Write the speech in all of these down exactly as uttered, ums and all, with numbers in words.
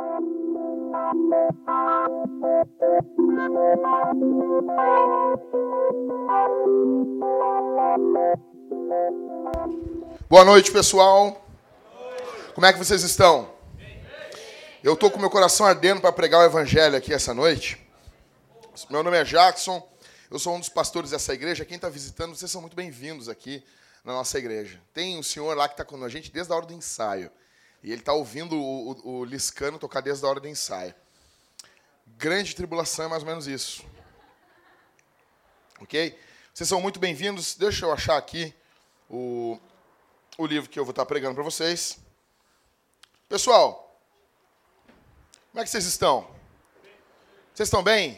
Boa noite, pessoal. Como é que vocês estão? Eu estou com meu coração ardendo para pregar o evangelho aqui essa noite. Meu nome é Jackson, eu sou um dos pastores dessa igreja. Quem está visitando, vocês são muito bem-vindos aqui na nossa igreja. Tem um senhor lá que está com a gente desde a hora do ensaio. E ele está ouvindo o, o, o Liscano tocar desde a hora do ensaio. Grande tribulação é mais ou menos isso. Ok? Vocês são muito bem-vindos. Deixa eu achar aqui o, o livro que eu vou estar pregando para vocês. Pessoal, como é que vocês estão? Vocês estão bem?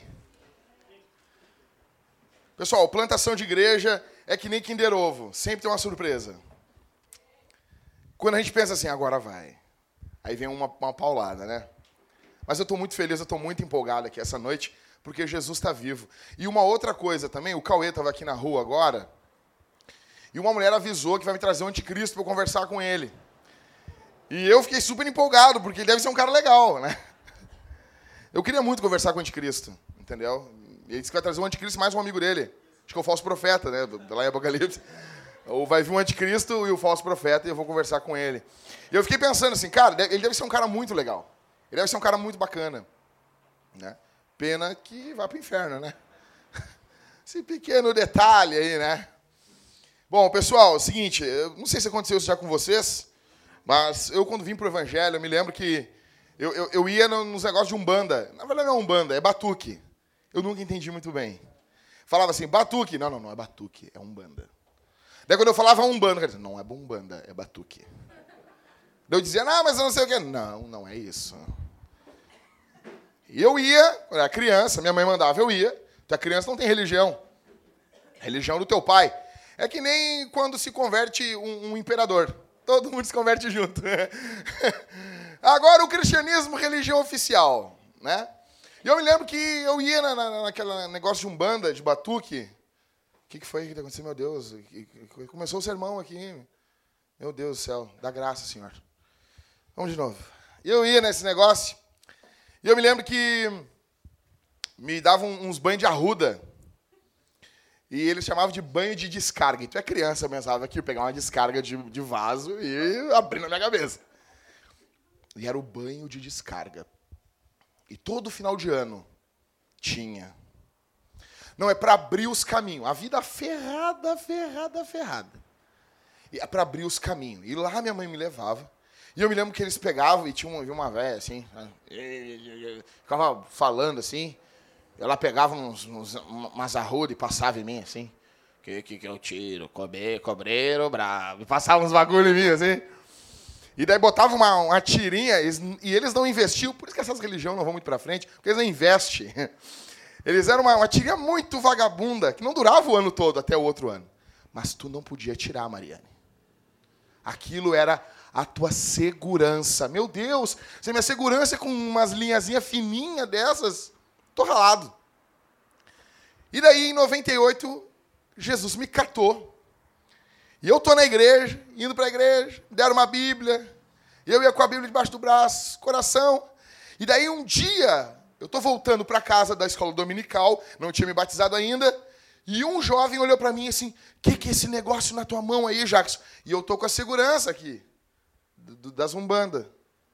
Pessoal, plantação de igreja é que nem Kinder Ovo. Sempre tem uma surpresa. Quando a gente pensa assim, agora vai. Aí vem uma, uma paulada, né? Mas eu estou muito feliz, eu estou muito empolgado aqui essa noite, porque Jesus está vivo. E uma outra coisa também, o Cauê estava aqui na rua agora, e uma mulher avisou que vai me trazer um anticristo para eu conversar com ele. E eu fiquei super empolgado, porque ele deve ser um cara legal, né? Eu queria muito conversar com o anticristo, entendeu? Ele disse que vai trazer um anticristo e mais um amigo dele. Acho que é o falso profeta, né? Lá em Apocalipse. Ou vai vir um anticristo e o falso profeta e eu vou conversar com ele. E eu fiquei pensando assim, cara, ele deve ser um cara muito legal. Ele deve ser um cara muito bacana. Né? Pena que vai para o inferno, né? Esse pequeno detalhe aí, né? Bom, pessoal, é o seguinte, eu não sei se aconteceu isso já com vocês, mas eu, quando vim para o Evangelho, eu me lembro que eu, eu, eu ia nos negócios de Umbanda. Na verdade, não é Umbanda, é Batuque. Eu nunca entendi muito bem. Falava assim, Batuque. Não, não, não é Batuque, é Umbanda. Daí, quando eu falava Umbanda, eu dizia, não é Umbanda, é Batuque. Daí eu dizia, não, mas eu não sei o quê. Não, não é isso. E eu ia, quando era criança, minha mãe mandava, eu ia. A criança não tem religião. Religião do teu pai. É que nem quando se converte um, um imperador. Todo mundo se converte junto. Agora o cristianismo, religião oficial. Né? E eu me lembro que eu ia na, na, naquele negócio de Umbanda, de Batuque. O que, que foi que aconteceu? Meu Deus, começou o sermão aqui. Meu Deus do céu, dá graça, Senhor. Vamos de novo. Eu ia nesse negócio, e eu me lembro que me davam uns banhos de arruda, e eles chamavam de banho de descarga. E tu é criança, eu pensava que ia pegar uma descarga de, de vaso e abrir na minha cabeça. E era o banho de descarga. E todo final de ano tinha. Não, é para abrir os caminhos. A vida ferrada, ferrada, ferrada. E é para abrir os caminhos. E lá minha mãe me levava. E eu me lembro que eles pegavam e tinha uma, uma velha assim, ficava falando assim. Ela pegava uns, uns, umas arrudas e passava em mim assim. Que que, que eu tiro? Cobre, cobreiro bravo. E passava uns bagulho em mim assim. E daí botava uma, uma tirinha eles, e eles não investiam. Por isso que essas religiões não vão muito para frente. Porque eles não investem. Eles eram uma, uma tirinha muito vagabunda, que não durava o ano todo, até o outro ano. Mas tu não podia tirar, Mariane. Aquilo era a tua segurança. Meu Deus, se a minha segurança é com umas linhazinhas fininhas dessas, tô ralado. E daí, em noventa e oito, Jesus me catou. E eu tô na igreja, indo para a igreja, deram uma Bíblia. Eu ia com a Bíblia debaixo do braço, coração. E daí, um dia, eu tô voltando para casa da escola dominical, não tinha me batizado ainda, e um jovem olhou para mim assim, o que, que é esse negócio na tua mão aí, Jackson? E eu tô com a segurança aqui, do, das Umbanda.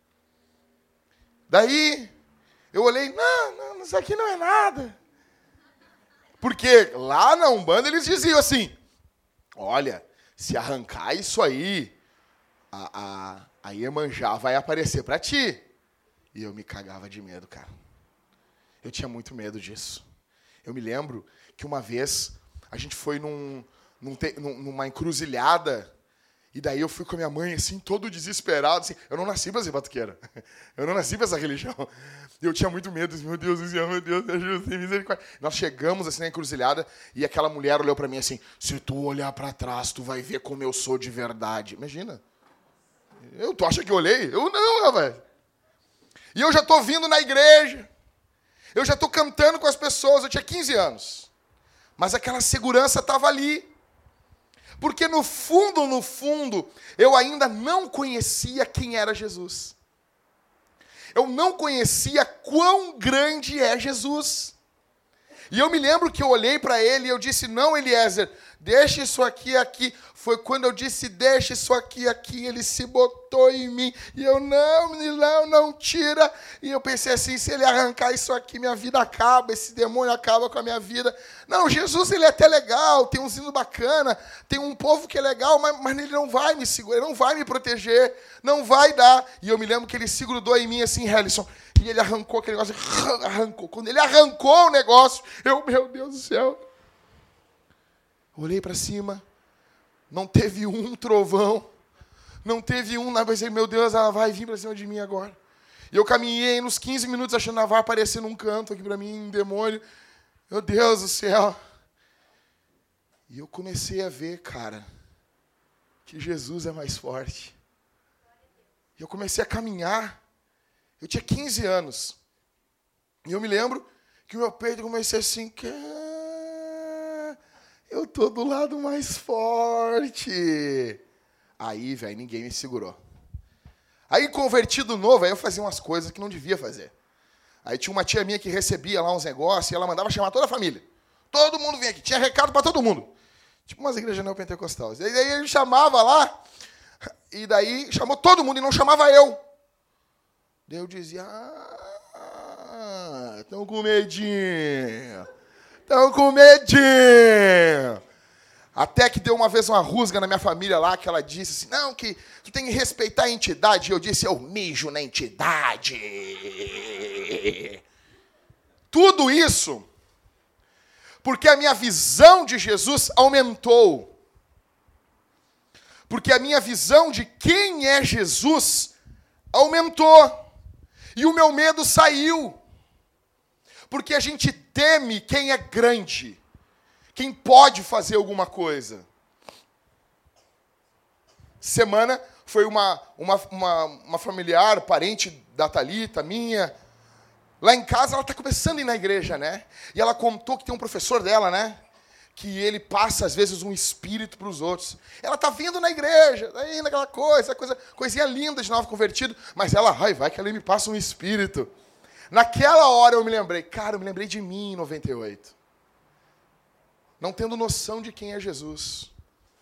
Daí, eu olhei, não, não, isso aqui não é nada. Porque lá na Umbanda eles diziam assim, olha, se arrancar isso aí, a, a, a Iemanjá vai aparecer para ti. E eu me cagava de medo, cara. Eu tinha muito medo disso. Eu me lembro que uma vez a gente foi num, num, numa encruzilhada e daí eu fui com a minha mãe, assim, todo desesperado. Assim, eu não nasci para ser batuqueiro. Eu não nasci para essa religião. E eu tinha muito medo. Meu Deus do céu, meu Deus, ajuda, tem misericórdia. Nós chegamos assim na encruzilhada e aquela mulher olhou para mim assim, se tu olhar para trás, tu vai ver como eu sou de verdade. Imagina. Eu, tu acha que eu olhei? Eu não, rapaz. E eu já estou vindo na igreja. Eu já estou cantando com as pessoas, eu tinha quinze anos. Mas aquela segurança estava ali. Porque no fundo, no fundo, eu ainda não conhecia quem era Jesus. Eu não conhecia quão grande é Jesus. E eu me lembro que eu olhei para ele e eu disse, não, Eliezer, deixa isso aqui, aqui. Foi quando eu disse, deixa isso aqui, aqui. Ele se botou em mim. E eu, não, não, não tira. E eu pensei assim, se ele arrancar isso aqui, minha vida acaba. Esse demônio acaba com a minha vida. Não, Jesus, ele é até legal. Tem um hino bacana. Tem um povo que é legal, mas, mas ele não vai me segurar. Ele não vai me proteger. Não vai dar. E eu me lembro que ele se grudou em mim assim, Helison. E ele arrancou aquele negócio. Arrancou. Quando ele arrancou o negócio, eu, meu Deus do céu. Olhei para cima. Não teve um trovão. Não teve um. Eu pensei, meu Deus, ela vai vir para cima de mim agora. E eu caminhei nos quinze minutos achando que ela vai aparecer num canto aqui para mim, um demônio. Meu Deus do céu. E eu comecei a ver, cara, que Jesus é mais forte. E eu comecei a caminhar. Eu tinha quinze anos. E eu me lembro que o meu peito comecei assim, eu tô do lado mais forte. Aí, velho, ninguém me segurou. Aí, convertido novo, aí eu fazia umas coisas que não devia fazer. Aí tinha uma tia minha que recebia lá uns negócios e ela mandava chamar toda a família. Todo mundo vinha aqui, tinha recado para todo mundo. Tipo umas igrejas neopentecostais. E daí ele chamava lá, e daí chamou todo mundo e não chamava eu. Daí eu dizia, ah, estão com medinho. Estão com medinho. Até que deu uma vez uma rusga na minha família lá, que ela disse assim, não, que tu tem que respeitar a entidade. E eu disse, eu mijo na entidade. Tudo isso porque a minha visão de Jesus aumentou. Porque a minha visão de quem é Jesus aumentou. E o meu medo saiu. Porque a gente teme quem é grande. Quem pode fazer alguma coisa. Semana foi uma, uma, uma, uma familiar, parente da Thalita, minha. Lá em casa ela está começando a ir na igreja, né? E ela contou que tem um professor dela, né? Que ele passa, às vezes, um espírito para os outros. Ela está vindo na igreja, tá indo aquela coisa, coisa, coisinha linda de novo convertido. Mas ela, ai, vai que ela me passa um espírito. Naquela hora eu me lembrei, cara, eu me lembrei de mim em noventa e oito. Não tendo noção de quem é Jesus.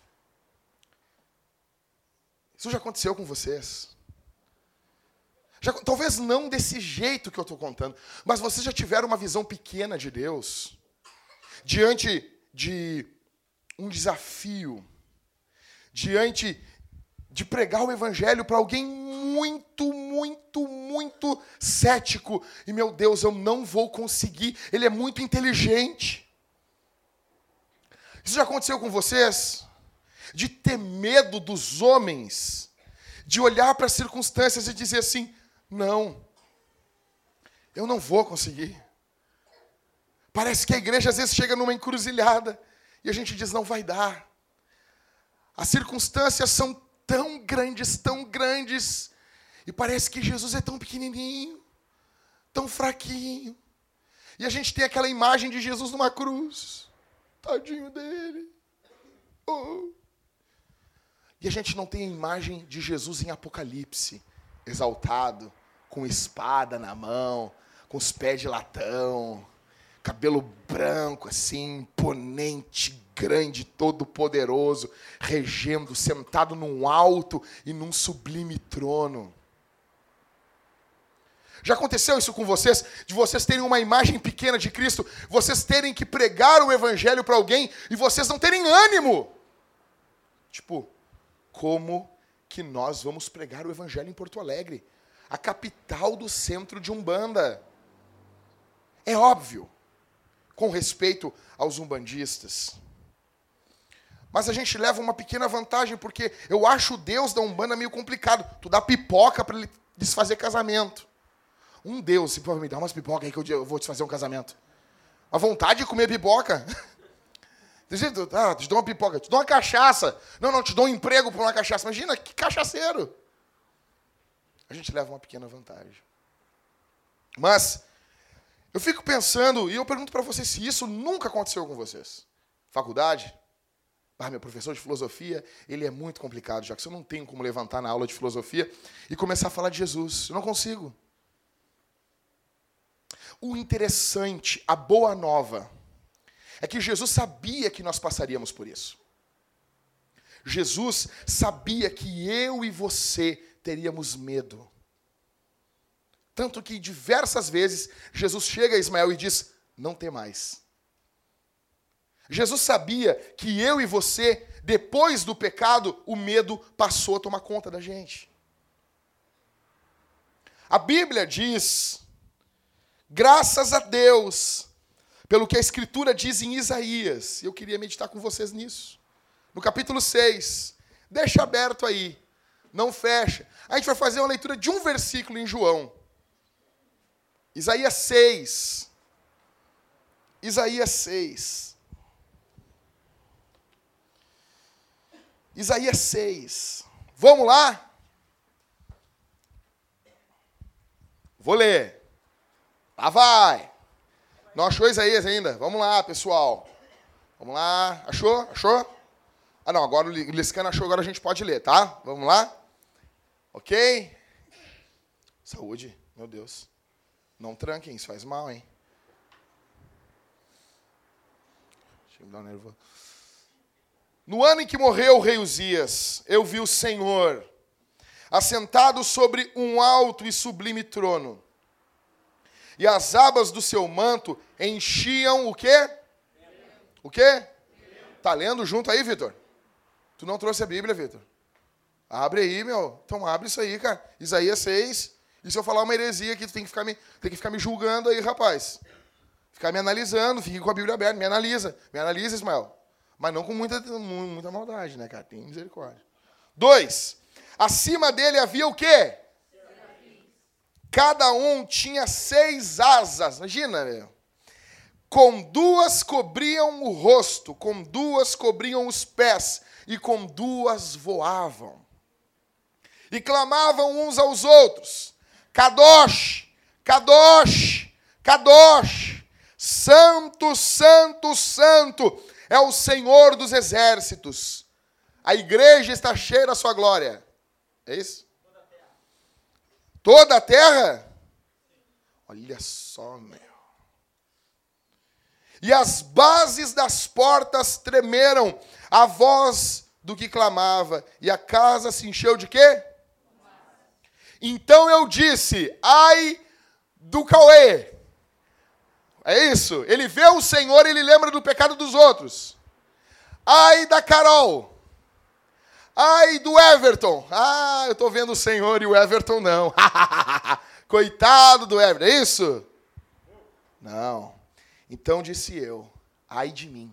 Isso já aconteceu com vocês? Já, talvez não desse jeito que eu estou contando, mas vocês já tiveram uma visão pequena de Deus? Diante de um desafio, diante de pregar o evangelho para alguém muito, muito, muito cético. E, meu Deus, eu não vou conseguir. Ele é muito inteligente. Isso já aconteceu com vocês? De ter medo dos homens, de olhar para as circunstâncias e dizer assim, não, eu não vou conseguir. Parece que a igreja às vezes chega numa encruzilhada e a gente diz, não vai dar. As circunstâncias são tão grandes, tão grandes, e parece que Jesus é tão pequenininho, tão fraquinho. E a gente tem aquela imagem de Jesus numa cruz. Tadinho dele. Oh. E a gente não tem a imagem de Jesus em Apocalipse, exaltado, com espada na mão, com os pés de latão, cabelo branco, assim, imponente, grande, todo poderoso, regendo, sentado num alto e num sublime trono. Já aconteceu isso com vocês? De vocês terem uma imagem pequena de Cristo, vocês terem que pregar o evangelho para alguém e vocês não terem ânimo? Tipo, como que nós vamos pregar o evangelho em Porto Alegre? A capital do centro de Umbanda. É óbvio, com respeito aos umbandistas. Mas a gente leva uma pequena vantagem, porque eu acho o Deus da Umbanda meio complicado. Tu dá pipoca para ele desfazer casamento. Um Deus, se for me dar umas pipocas aí que eu vou desfazer um casamento. A vontade de comer pipoca. Ah, te dou uma pipoca, te dou uma cachaça. Não, não, te dou um emprego por uma cachaça. Imagina, que cachaceiro. A gente leva uma pequena vantagem. Mas eu fico pensando, e eu pergunto para vocês se isso nunca aconteceu com vocês. Faculdade? Ah, meu professor de filosofia, ele é muito complicado, já que eu não tenho como levantar na aula de filosofia e começar a falar de Jesus. Eu não consigo. O interessante, a boa nova, é que Jesus sabia que nós passaríamos por isso. Jesus sabia que eu e você teríamos medo. Tanto que diversas vezes Jesus chega a Ismael e diz, não temais. Jesus sabia que eu e você, depois do pecado, o medo passou a tomar conta da gente. A Bíblia diz, graças a Deus, pelo que a Escritura diz em Isaías, e eu queria meditar com vocês nisso. No capítulo seis, deixa aberto aí, não fecha. A gente vai fazer uma leitura de um versículo em João. Isaías seis. Isaías seis. Isaías seis. Vamos lá? Vou ler. Lá vai. Não achou Isaías ainda? Vamos lá, pessoal. Vamos lá. Achou? Achou? Ah, não. Agora o Liscano achou. Agora a gente pode ler, tá? Vamos lá? Ok? Saúde. Meu Deus. Não tranquem. Isso faz mal, hein? Deixa eu me dar um nervoso. No ano em que morreu o rei Uzias, eu vi o Senhor assentado sobre um alto e sublime trono. E as abas do seu manto enchiam o quê? O quê? Tá lendo junto aí, Vitor? Tu não trouxe a Bíblia, Vitor? Abre aí, meu. Então abre isso aí, cara. Isaías seis. E se eu falar uma heresia aqui, tu tem que ficar me, tem que ficar me julgando aí, rapaz. Ficar me analisando, fique com a Bíblia aberta. Me analisa. Me analisa, Ismael. Mas não com muita, muita maldade, né, cara? Tem misericórdia. Dois. Acima dele havia o quê? Cada um tinha seis asas. Imagina, meu. Com duas cobriam o rosto, com duas cobriam os pés, e com duas voavam. E clamavam uns aos outros, Kadosh, Kadosh, Kadosh, Santo, Santo, Santo, é o Senhor dos exércitos. A igreja está cheia da sua glória. É isso? Toda a terra? Olha só, meu. E as bases das portas tremeram, a voz do que clamava, e a casa se encheu de quê? Então eu disse, ai do Cauê. É isso? Ele vê o Senhor e ele lembra do pecado dos outros. Ai da Carol. Ai do Everton. Ah, eu estou vendo o Senhor e o Everton não. Coitado do Everton. É isso? Não. Então disse eu, ai de mim.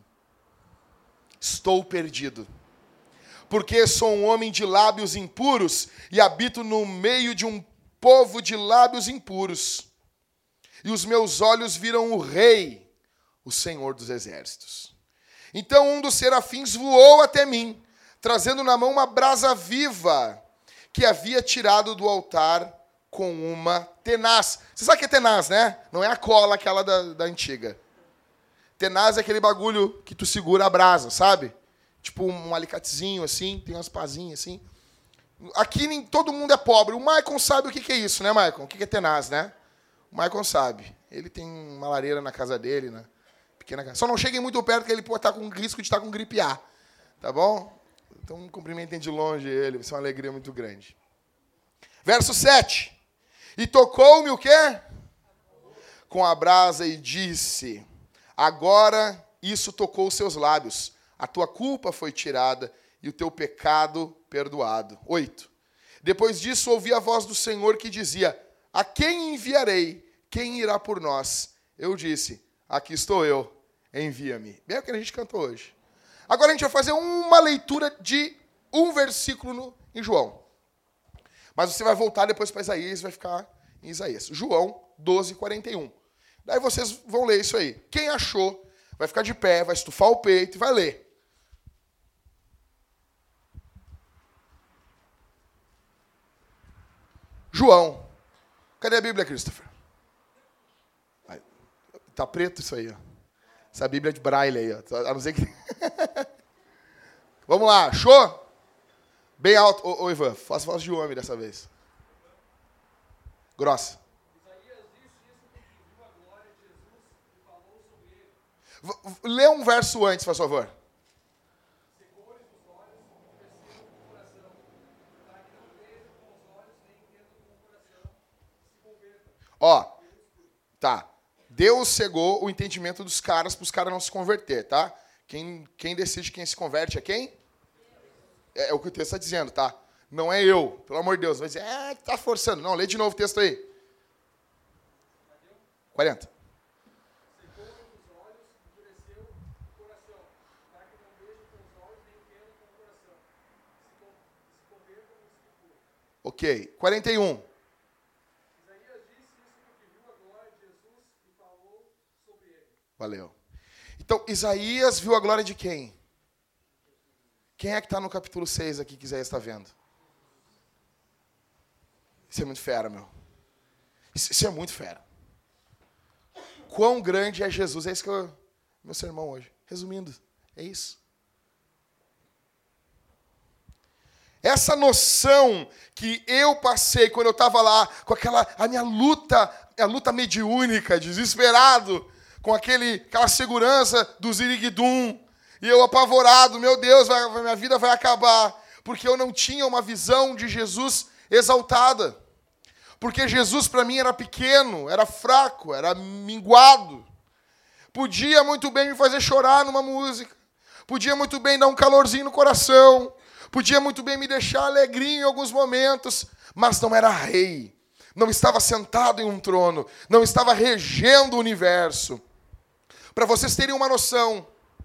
Estou perdido. Porque sou um homem de lábios impuros e habito no meio de um povo de lábios impuros. E os meus olhos viram o Rei, o Senhor dos Exércitos. Então um dos serafins voou até mim, trazendo na mão uma brasa viva que havia tirado do altar com uma tenaz. Você sabe o que é tenaz, né? Não é a cola aquela da, da antiga. Tenaz é aquele bagulho que tu segura a brasa, sabe? Tipo um alicatezinho assim, tem umas pazinhas assim. Aqui nem todo mundo é pobre. O Maicon sabe o que é isso, né, Maicon? O que é tenaz, né? O Maicon sabe. Ele tem uma lareira na casa dele, né? Pequena casa. Só não cheguem muito perto, que ele pode estar com risco de estar com gripe A. Tá bom? Então cumprimentem de longe ele. Vai ser uma alegria muito grande. Verso sete. E tocou-me o quê? Com a brasa e disse, agora isso tocou os seus lábios. A tua culpa foi tirada e o teu pecado perdoado. Oito. Depois disso ouvi a voz do Senhor que dizia, a quem enviarei? Quem irá por nós? Eu disse, aqui estou eu, envia-me. Bem o que a gente cantou hoje. Agora a gente vai fazer uma leitura de um versículo no, em João. Mas você vai voltar depois para Isaías e vai ficar em Isaías. João doze, quarenta e um. Daí vocês vão ler isso aí. Quem achou, vai ficar de pé, vai estufar o peito e vai ler. João. Cadê a Bíblia, Christopher? Tá preto isso aí, ó. Essa Bíblia de Braille aí, ó. A não ser que... Vamos lá, achou? Bem alto. Ô, ô Ivan, faça voz de homem dessa vez. Grossa. Lê um verso antes, por favor. Ó, tá. Deus cegou o entendimento dos caras para os caras não se converter, tá? Quem, quem decide quem se converte é quem? É, é o que o texto está dizendo, tá? Não é eu, pelo amor de Deus. Vai dizer, é, tá forçando. Não, lê de novo o texto aí. quarenta. Ok. quarenta e um. Valeu. Então, Isaías viu a glória de quem? Quem é que está no capítulo seis aqui que Isaías está vendo? Isso é muito fera, meu. Isso, isso é muito fera. Quão grande é Jesus? É isso que eu... Meu sermão hoje. Resumindo, é isso. Essa noção que eu passei quando eu estava lá, com aquela... A minha luta, a luta mediúnica, desesperado, com aquele, aquela segurança do Ziriguidum, e eu apavorado, meu Deus, vai, minha vida vai acabar, porque eu não tinha uma visão de Jesus exaltada. Porque Jesus para mim era pequeno, era fraco, era minguado. Podia muito bem me fazer chorar numa música, podia muito bem dar um calorzinho no coração, podia muito bem me deixar alegrinho em alguns momentos, mas não era rei, não estava sentado em um trono, não estava regendo o universo. Para vocês terem uma noção,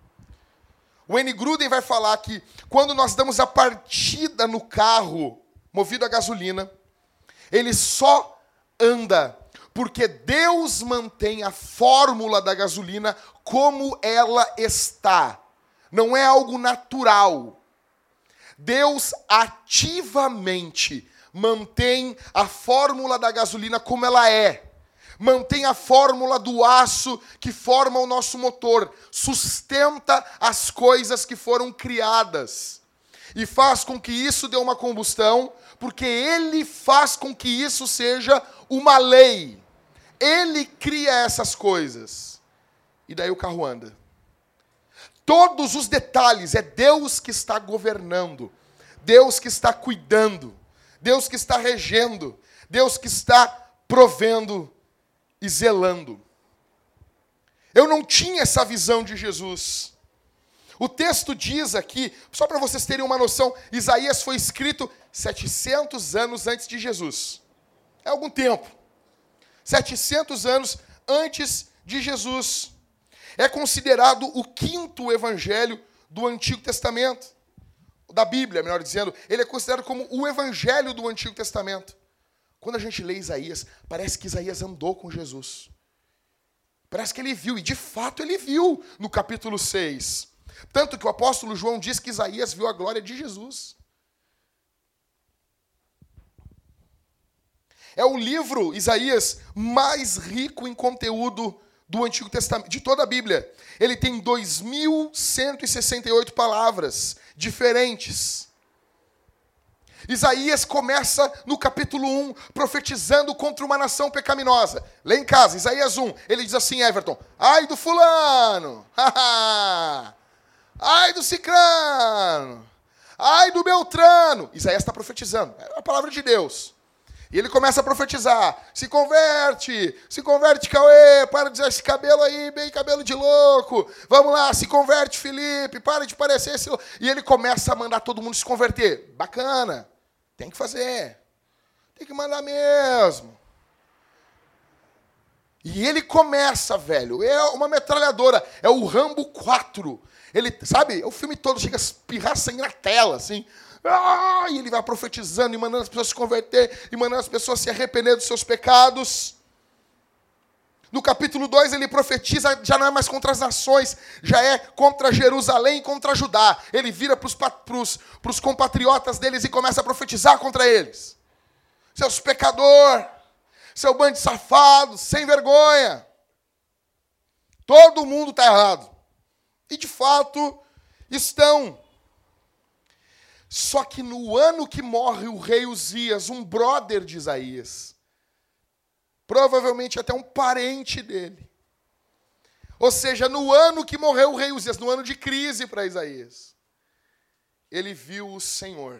o Wayne Grudem vai falar que quando nós damos a partida no carro movido a gasolina, ele só anda porque Deus mantém a fórmula da gasolina como ela está. Não é algo natural. Deus ativamente mantém a fórmula da gasolina como ela é. Mantém a fórmula do aço que forma o nosso motor, sustenta as coisas que foram criadas e faz com que isso dê uma combustão, porque Ele faz com que isso seja uma lei. Ele cria essas coisas. E daí o carro anda. Todos os detalhes, é Deus que está governando, Deus que está cuidando, Deus que está regendo, Deus que está provendo e zelando. Eu não tinha essa visão de Jesus. O texto diz aqui, só para vocês terem uma noção, Isaías foi escrito setecentos anos antes de Jesus. É algum tempo. setecentos anos antes de Jesus. É considerado o quinto evangelho do Antigo Testamento. Da Bíblia, melhor dizendo. Ele é considerado como o evangelho do Antigo Testamento. Quando a gente lê Isaías, parece que Isaías andou com Jesus. Parece que ele viu, e de fato ele viu no capítulo seis. Tanto que o apóstolo João diz que Isaías viu a glória de Jesus. É o livro, Isaías, mais rico em conteúdo do Antigo Testamento, de toda a Bíblia. Ele tem dois mil cento e sessenta e oito palavras diferentes. Isaías começa no capítulo um, profetizando contra uma nação pecaminosa. Lê em casa, Isaías um, ele diz assim, Everton, ai do fulano, ai do cicrano, ai do beltrano. Isaías está profetizando, é a palavra de Deus. E ele começa a profetizar, se converte, se converte, Cauê, para de usar esse cabelo aí, bem cabelo de louco. Vamos lá, se converte, Felipe, para de parecer esse louco. E ele começa a mandar todo mundo se converter. Bacana, tem que fazer, tem que mandar mesmo. E ele começa, velho, é uma metralhadora, é o Rambo quatro. Ele, sabe, o filme todo chega a espirrar sangue na tela, assim. Ah, e ele vai profetizando e mandando as pessoas se converter, e mandando as pessoas se arrepender dos seus pecados. No capítulo dois ele profetiza, já não é mais contra as nações, já é contra Jerusalém e contra Judá. Ele vira para os compatriotas deles e começa a profetizar contra eles. Seus pecadores, seu bando de safados, sem vergonha. Todo mundo está errado. E de fato estão. Só que no ano que morre o rei Uzias, um brother de Isaías, provavelmente até um parente dele, Ou seja, no ano que morreu o rei Uzias, no ano de crise para Isaías, ele viu o Senhor.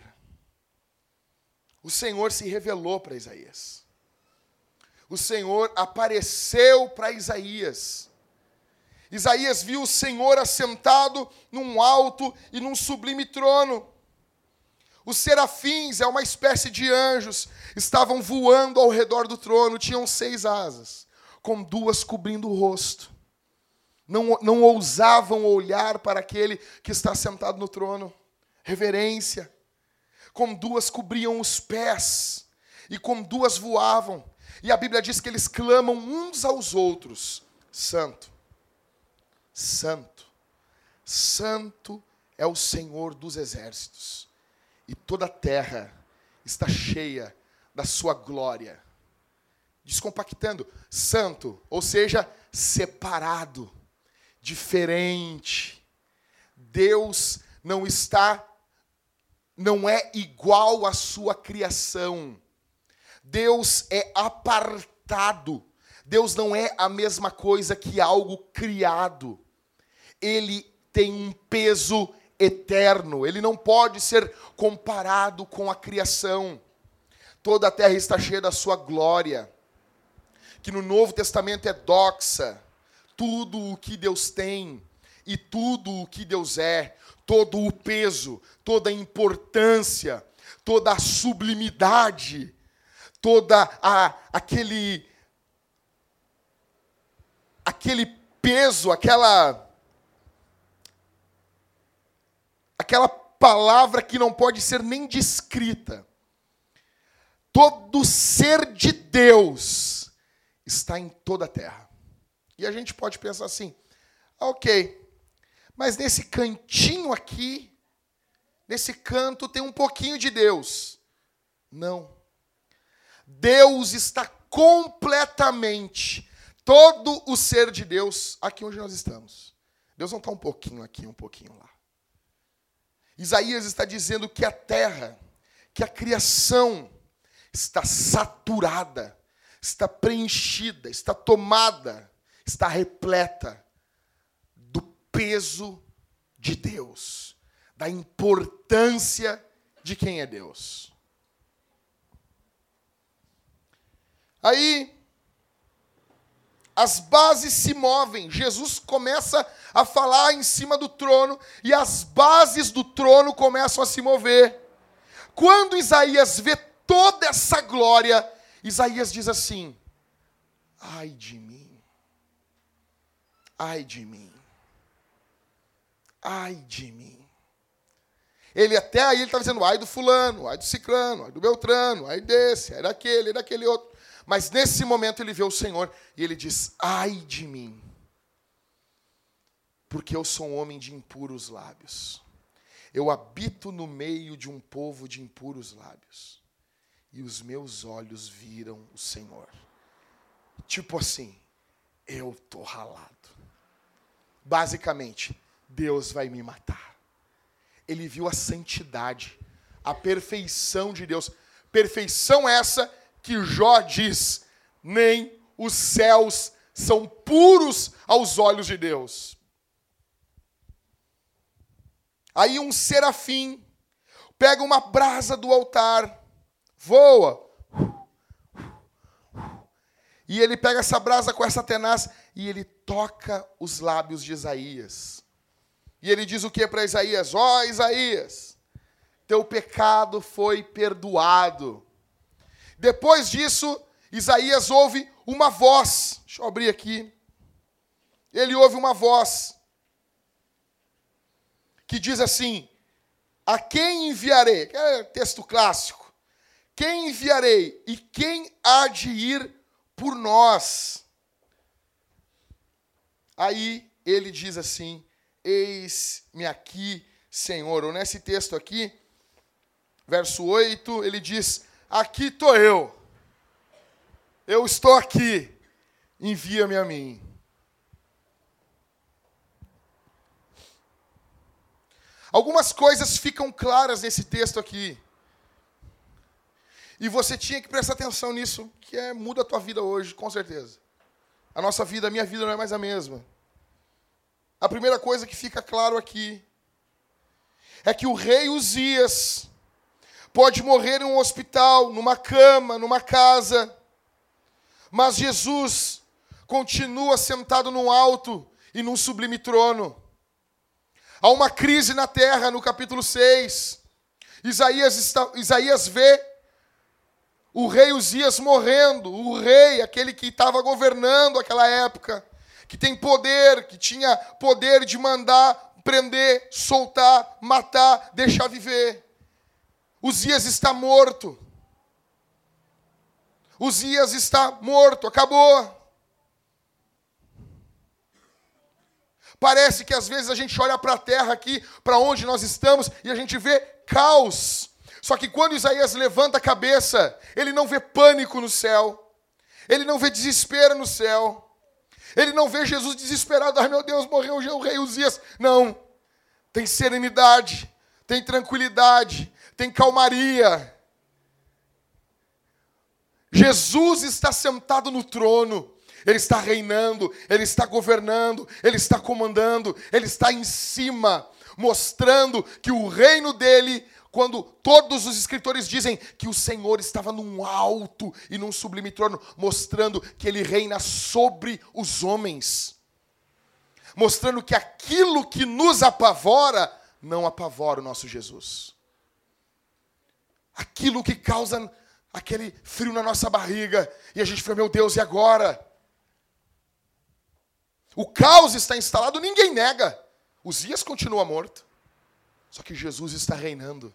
O Senhor se revelou para Isaías. O Senhor apareceu para Isaías. Isaías viu o Senhor assentado num alto e num sublime trono. Os serafins, é uma espécie de anjos, estavam voando ao redor do trono, tinham seis asas, com duas cobrindo o rosto. Não, não ousavam olhar para aquele que está sentado no trono. Reverência. Com duas cobriam os pés, e com duas voavam. E a Bíblia diz que eles clamam uns aos outros: Santo, Santo, Santo é o Senhor dos exércitos, e toda a terra está cheia da sua glória. Descompactando, santo, ou seja, separado, diferente. Deus não está, não é igual à sua criação. Deus é apartado. Deus não é a mesma coisa que algo criado. Ele tem um peso eterno. Ele não pode ser comparado com a criação. Toda a terra está cheia da sua glória. Que no Novo Testamento é doxa. Tudo o que Deus tem e tudo o que Deus é, todo o peso, toda a importância, toda a sublimidade, toda a aquele aquele peso, aquela aquela palavra que não pode ser nem descrita. Todo ser de Deus está em toda a terra. E a gente pode pensar assim: ok, mas nesse cantinho aqui, nesse canto tem um pouquinho de Deus. Não. Deus está completamente, todo o ser de Deus, aqui onde nós estamos. Deus não está um pouquinho aqui, um pouquinho lá. Isaías está dizendo que a terra, que a criação está saturada, está preenchida, está tomada, está repleta do peso de Deus, da importância de quem é Deus. Aí, as bases se movem. Jesus começa a falar em cima do trono e as bases do trono começam a se mover. Quando Isaías vê toda essa glória, Isaías diz assim: ai de mim, ai de mim, ai de mim. Ele até aí ele está dizendo: ai do fulano, ai do ciclano, ai do beltrano, ai desse, ai daquele, ai daquele outro. Mas nesse momento ele vê o Senhor e ele diz: ai de mim, porque eu sou um homem de impuros lábios. Eu habito no meio de um povo de impuros lábios. E os meus olhos viram o Senhor. Tipo assim, eu estou ralado. Basicamente, Deus vai me matar. Ele viu a santidade, a perfeição de Deus. Perfeição essa que Jó diz: nem os céus são puros aos olhos de Deus. Aí um serafim pega uma brasa do altar, voa, e ele pega essa brasa com essa tenaz e ele toca os lábios de Isaías. E ele diz o que para Isaías? Ó oh, Isaías, teu pecado foi perdoado. Depois disso, Isaías ouve uma voz. Deixa eu abrir aqui. Ele ouve uma voz que diz assim: a quem enviarei? É texto clássico. Quem enviarei e quem há de ir por nós? Aí ele diz assim: eis-me aqui, Senhor. Ou nesse texto aqui, verso oito, ele diz: aqui estou eu. Eu estou aqui. Envia-me a mim. Algumas coisas ficam claras nesse texto aqui. E você tinha que prestar atenção nisso, que é, muda a tua vida hoje, com certeza. A nossa vida, a minha vida não é mais a mesma. a primeira coisa que fica claro aqui é que o rei Uzias pode morrer em um hospital, numa cama, numa casa, mas Jesus continua sentado no alto e num sublime trono. Há uma crise na terra, no capítulo seis. Isaías, está, Isaías vê o rei Uzias morrendo, o rei, aquele que estava governando aquela época, que tem poder, que tinha poder de mandar prender, soltar, matar, deixar viver. Uzias está morto. Uzias está morto, acabou. Parece que às vezes a gente olha para a terra aqui, para onde nós estamos, e a gente vê caos. Só que quando Isaías levanta a cabeça, ele não vê pânico no céu. Ele não vê desespero no céu. Ele não vê Jesus desesperado. Ai, meu Deus, morreu o rei Uzias. Não. Tem serenidade, tem tranquilidade, tem calmaria. Jesus está sentado no trono. Ele está reinando, ele está governando, ele está comandando, ele está em cima, mostrando que o reino dele, quando todos os escritores dizem que o Senhor estava num alto e num sublime trono, mostrando que ele reina sobre os homens. Mostrando que aquilo que nos apavora, não apavora o nosso Jesus. Aquilo que causa aquele frio na nossa barriga, e a gente fala, meu Deus, e agora? O caos está instalado, ninguém nega. Uzias continua morto. Só que Jesus está reinando.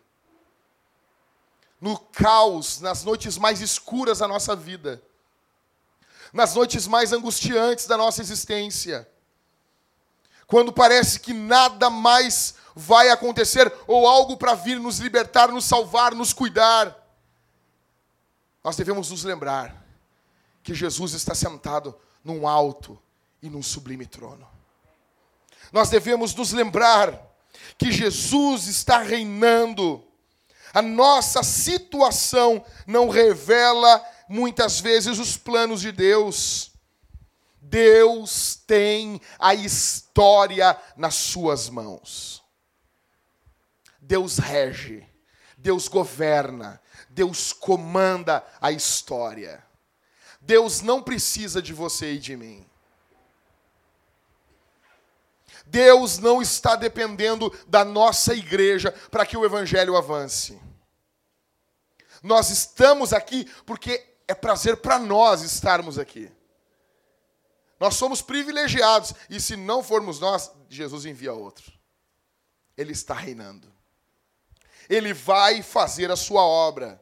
No caos, nas noites mais escuras da nossa vida. Nas noites mais angustiantes da nossa existência. Quando parece que nada mais vai acontecer, ou algo para vir nos libertar, nos salvar, nos cuidar. Nós devemos nos lembrar que Jesus está sentado num alto e num sublime trono. Nós devemos nos lembrar que Jesus está reinando. A nossa situação não revela muitas vezes os planos de Deus. Deus tem a história nas suas mãos. Deus rege, Deus governa, Deus comanda a história. Deus não precisa de você e de mim. Deus não está dependendo da nossa igreja para que o evangelho avance. Nós estamos aqui porque é prazer para nós estarmos aqui. Nós somos privilegiados. E se não formos nós, Jesus envia outro. Ele está reinando. Ele vai fazer a sua obra.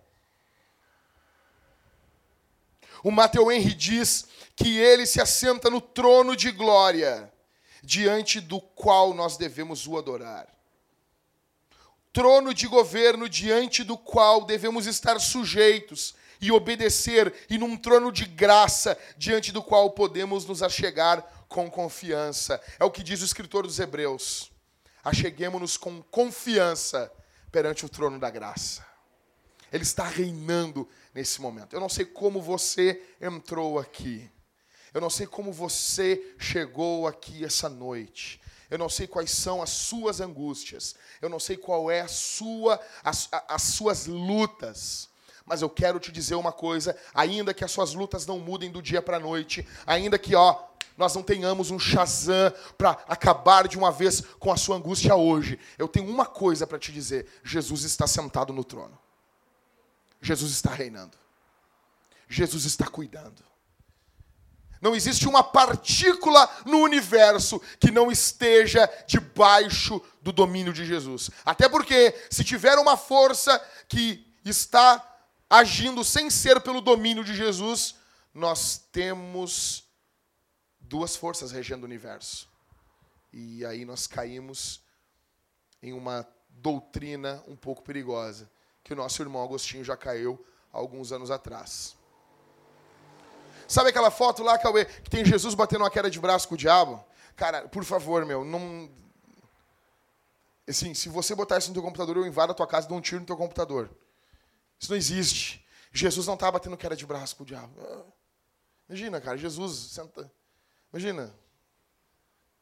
O Matthew Henry diz que ele se assenta no trono de glória, diante do qual nós devemos o adorar. Trono de governo diante do qual devemos estar sujeitos e obedecer, e num trono de graça diante do qual podemos nos achegar com confiança. É o que diz o escritor dos Hebreus. Acheguemo-nos com confiança perante o trono da graça. Ele está reinando nesse momento. Eu não sei como você entrou aqui. Eu não sei como você chegou aqui essa noite. Eu não sei quais são as suas angústias. Eu não sei qual é a sua, as, as suas lutas. Mas eu quero te dizer uma coisa, ainda que as suas lutas não mudem do dia para a noite, ainda que ó, nós não tenhamos um Shazam para acabar de uma vez com a sua angústia hoje, eu tenho uma coisa para te dizer, Jesus está sentado no trono. Jesus está reinando. Jesus está cuidando. Não existe uma partícula no universo que não esteja debaixo do domínio de Jesus. Até porque, se tiver uma força que está agindo sem ser pelo domínio de Jesus, nós temos duas forças regendo o universo. E aí nós caímos em uma doutrina um pouco perigosa, que o nosso irmão Agostinho já caiu há alguns anos atrás. Sabe aquela foto lá, Cauê, que tem Jesus batendo uma queda de braço com o diabo? Cara, por favor, meu, não... Assim, se você botar isso no teu computador, eu invado a tua casa e dou um tiro no teu computador. Isso não existe. Jesus não estava batendo queda de braço com o diabo. Imagina, cara, Jesus senta... Imagina.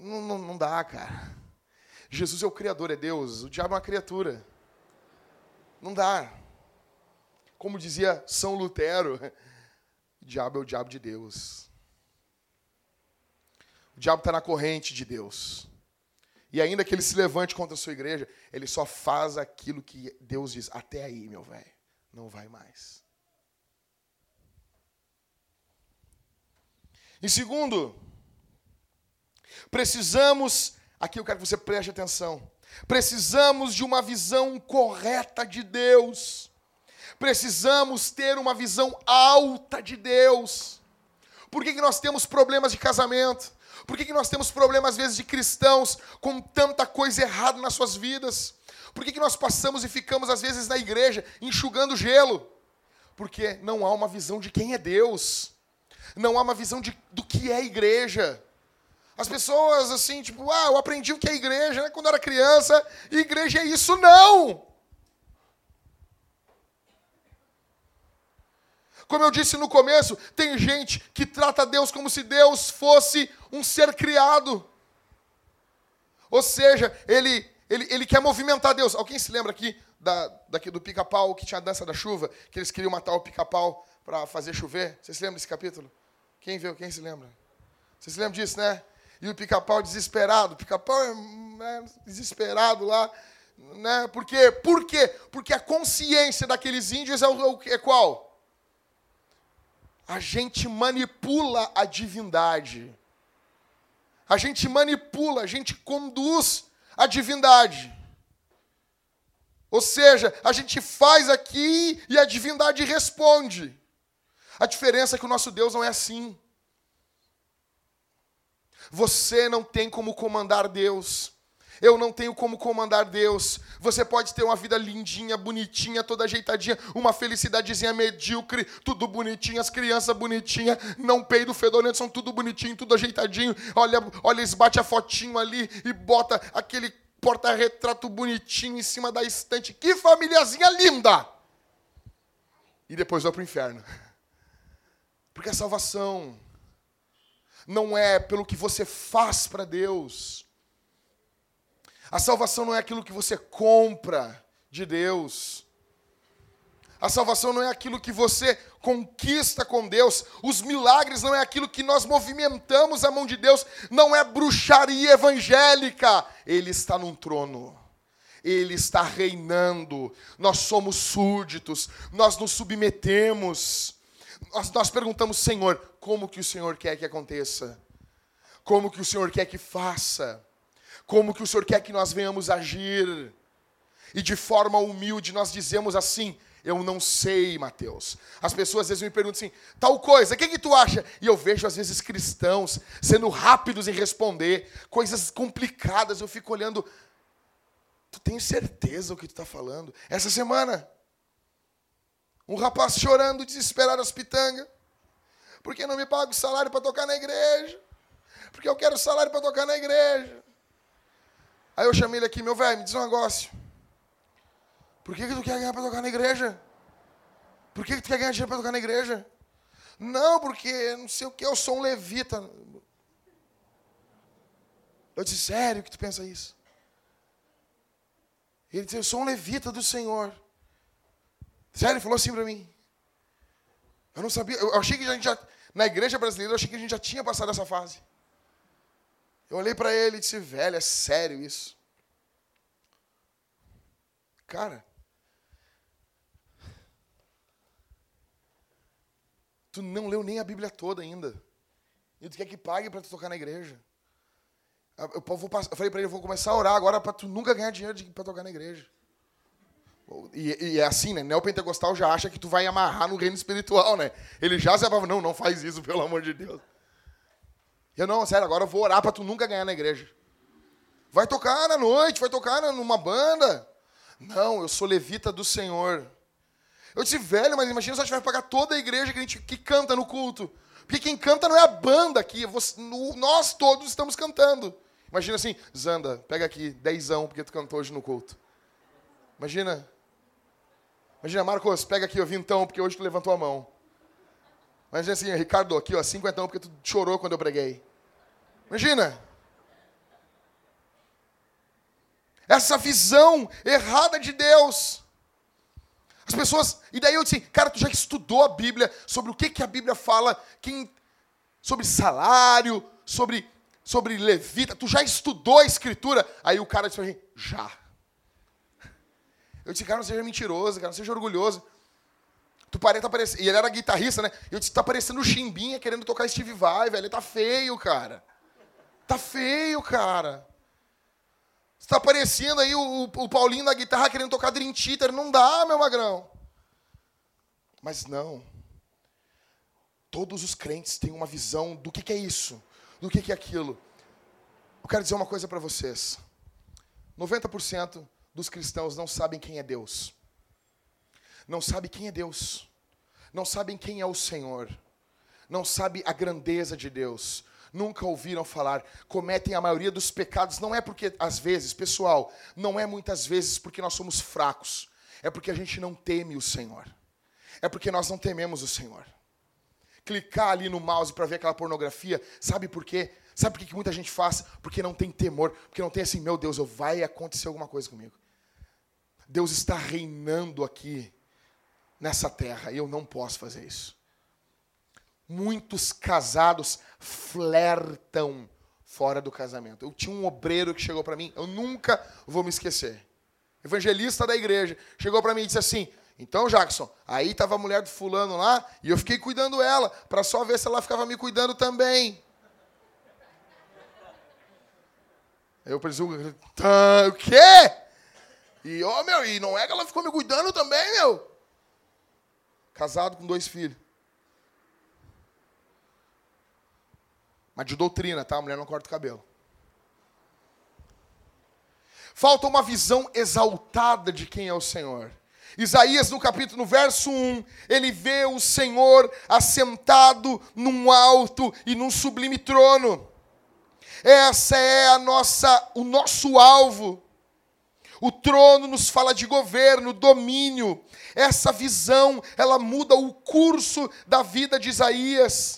Não, não, não dá, cara. Jesus é o Criador, é Deus. O diabo é uma criatura. Não dá. Como dizia São Lutero, o diabo é o diabo de Deus. O diabo está na corrente de Deus. E ainda que ele se levante contra a sua igreja, ele só faz aquilo que Deus diz. Até aí, meu velho. Não vai mais. Em segundo, precisamos, aqui eu quero que você preste atenção, precisamos de uma visão correta de Deus. Precisamos ter uma visão alta de Deus. Por que que nós temos problemas de casamento? Por que que nós temos problemas, às vezes, de cristãos com tanta coisa errada nas suas vidas? Por que que nós passamos e ficamos, às vezes, na igreja enxugando gelo? Porque não há uma visão de quem é Deus. Não há uma visão de, do que é igreja. As pessoas, assim, tipo, ah, eu aprendi o que é igreja, né, quando eu era criança, e igreja é isso. Não! Como eu disse no começo, tem gente que trata Deus como se Deus fosse um ser criado. Ou seja, ele, ele, ele quer movimentar Deus. Alguém se lembra aqui, da, daqui do pica-pau, que tinha a dança da chuva, que eles queriam matar o pica-pau para fazer chover? Vocês se lembram desse capítulo? Quem viu? Quem se lembra? Vocês se lembram disso, né? E o pica-pau desesperado. O pica-pau é né, desesperado lá. Né? Por quê? Por quê? Porque a consciência daqueles índios é, o, é qual? A gente manipula a divindade. A gente manipula, a gente conduz a divindade. Ou seja, a gente faz aqui e a divindade responde. A diferença é que o nosso Deus não é assim. Você não tem como comandar Deus. Eu não tenho como comandar Deus. Você pode ter uma vida lindinha, bonitinha, toda ajeitadinha, uma felicidadezinha medíocre, tudo bonitinho, as crianças bonitinhas, não peido fedorento, são tudo bonitinho, tudo ajeitadinho. Olha, olha, eles batem a fotinho ali e bota aquele porta-retrato bonitinho em cima da estante. Que famíliazinha linda! E depois vai para o inferno. Porque a salvação não é pelo que você faz para Deus. A salvação não é aquilo que você compra de Deus. A salvação não é aquilo que você conquista com Deus. Os milagres não é aquilo que nós movimentamos a mão de Deus. Não é bruxaria evangélica. Ele está num trono. Ele está reinando. Nós somos súditos. Nós nos submetemos. Nós, nós perguntamos, Senhor, como que o Senhor quer que aconteça? Como que o Senhor quer que faça? Como que o Senhor quer que nós venhamos agir? E de forma humilde nós dizemos assim, eu não sei, Mateus. As pessoas às vezes me perguntam assim, tal coisa, o que que tu acha? E eu vejo às vezes cristãos sendo rápidos em responder, coisas complicadas, eu fico olhando, tu tem certeza o que tu está falando? Essa semana, um rapaz chorando, desesperado as pitangas, porque não me paga o salário para tocar na igreja, porque eu quero salário para tocar na igreja. Aí eu chamei ele aqui, meu velho, me diz um negócio. Por que que tu quer ganhar para tocar na igreja? Por que que tu quer ganhar dinheiro para tocar na igreja? Não, porque não sei o que, eu sou um levita. Eu disse, sério que tu pensa isso? Ele disse, eu sou um levita do Senhor. Sério, ele falou assim para mim. Eu não sabia, eu achei que a gente já, na igreja brasileira, eu achei que a gente já tinha passado essa fase. Eu olhei para ele e disse, velho, é sério isso? Cara, tu não leu nem a Bíblia toda ainda. E tu quer que pague para tu tocar na igreja. Eu, vou, eu falei para ele, eu vou começar a orar agora para tu nunca ganhar dinheiro para tocar na igreja. E, e é assim, né? Neopentecostal já acha que tu vai amarrar no reino espiritual, né? Ele já se fala, não, não faz isso, pelo amor de Deus. Eu, não, sério, agora eu vou orar para tu nunca ganhar na igreja. Vai tocar na noite, vai tocar numa banda. Não, eu sou levita do Senhor. Eu disse, velho, mas imagina se a gente vai pagar toda a igreja que, a gente, que canta no culto. Porque quem canta não é a banda aqui, você, no, nós todos estamos cantando. Imagina assim, Zanda, pega aqui, dezão, porque tu cantou hoje no culto. Imagina. Imagina, Marcos, pega aqui, ó, vintão, porque hoje tu levantou a mão. Imagina assim, Ricardo, aqui, ó, cinquentão, porque tu chorou quando eu preguei. Imagina. Essa visão errada de Deus. As pessoas... E daí eu disse, cara, tu já estudou a Bíblia sobre o que, que a Bíblia fala, quem, sobre salário, sobre, sobre levita, tu já estudou a Escritura? Aí o cara disse pra mim, já. Eu disse, cara, não seja mentiroso, cara, não seja orgulhoso. Tu parece, tá parecendo... E ele era guitarrista, né? Eu disse, tá parecendo o Chimbinha querendo tocar Steve Vai, velho. Ele tá feio, cara. Tá feio, cara. Você tá parecendo aí o, o Paulinho da guitarra querendo tocar Dream Theater. Não dá, meu magrão. Mas não. Todos os crentes têm uma visão do que, que é isso, do que, que é aquilo. Eu quero dizer uma coisa para vocês. noventa por cento dos cristãos não sabem quem é Deus. Não sabem quem é Deus. Não sabem quem é o Senhor. Não sabem a grandeza de Deus. Nunca ouviram falar, cometem a maioria dos pecados, não é porque, às vezes, pessoal, não é muitas vezes porque nós somos fracos, é porque a gente não teme o Senhor, é porque nós não tememos o Senhor. Clicar ali no mouse para ver aquela pornografia, sabe por quê? Sabe por que que muita gente faz? Porque não tem temor, porque não tem assim, meu Deus, vai acontecer alguma coisa comigo. Deus está reinando aqui, nessa terra, e eu não posso fazer isso. Muitos casados flertam fora do casamento. Eu tinha um obreiro que chegou para mim, eu nunca vou me esquecer. Evangelista da igreja, chegou para mim e disse assim, então, Jackson, aí estava a mulher do fulano lá, e eu fiquei cuidando ela, para só ver se ela ficava me cuidando também. Eu presumo, tá, o quê? E, ó, oh, meu, e não é que ela ficou me cuidando também, meu? Casado com dois filhos. Mas de doutrina, tá? A mulher não corta o cabelo. Falta uma visão exaltada de quem é o Senhor. Isaías, no capítulo, no verso um, ele vê o Senhor assentado num alto e num sublime trono. Essa é a nossa, o nosso alvo. O trono nos fala de governo, domínio. Essa visão, ela muda o curso da vida de Isaías.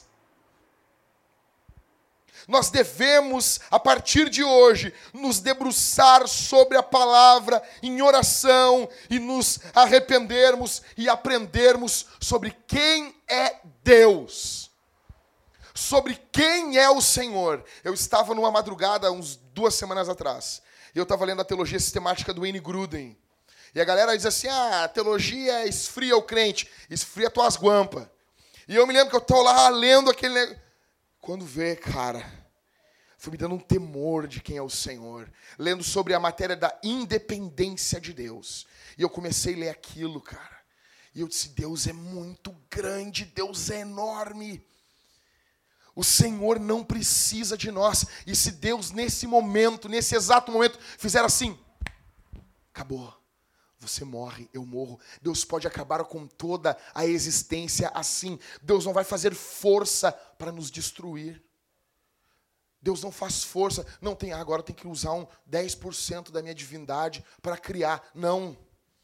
Nós devemos, a partir de hoje, nos debruçar sobre a palavra em oração e nos arrependermos e aprendermos sobre quem é Deus, sobre quem é o Senhor. Eu estava numa madrugada, uns duas semanas atrás, e eu estava lendo a teologia sistemática do Wayne Grudem. E a galera diz assim, ah, a teologia esfria o crente, esfria tuas guampas. E eu me lembro que eu estou lá lendo aquele negócio. Quando vê, cara, foi me dando um temor de quem é o Senhor. Lendo sobre a matéria da independência de Deus. E eu comecei a ler aquilo, cara. E eu disse, Deus é muito grande, Deus é enorme. O Senhor não precisa de nós. E se Deus, nesse momento, nesse exato momento, fizer assim, acabou. Você morre, eu morro. Deus pode acabar com toda a existência assim. Deus não vai fazer força para nos destruir. Deus não faz força. Não tem, ah, agora tem que usar um dez por cento da minha divindade para criar. Não.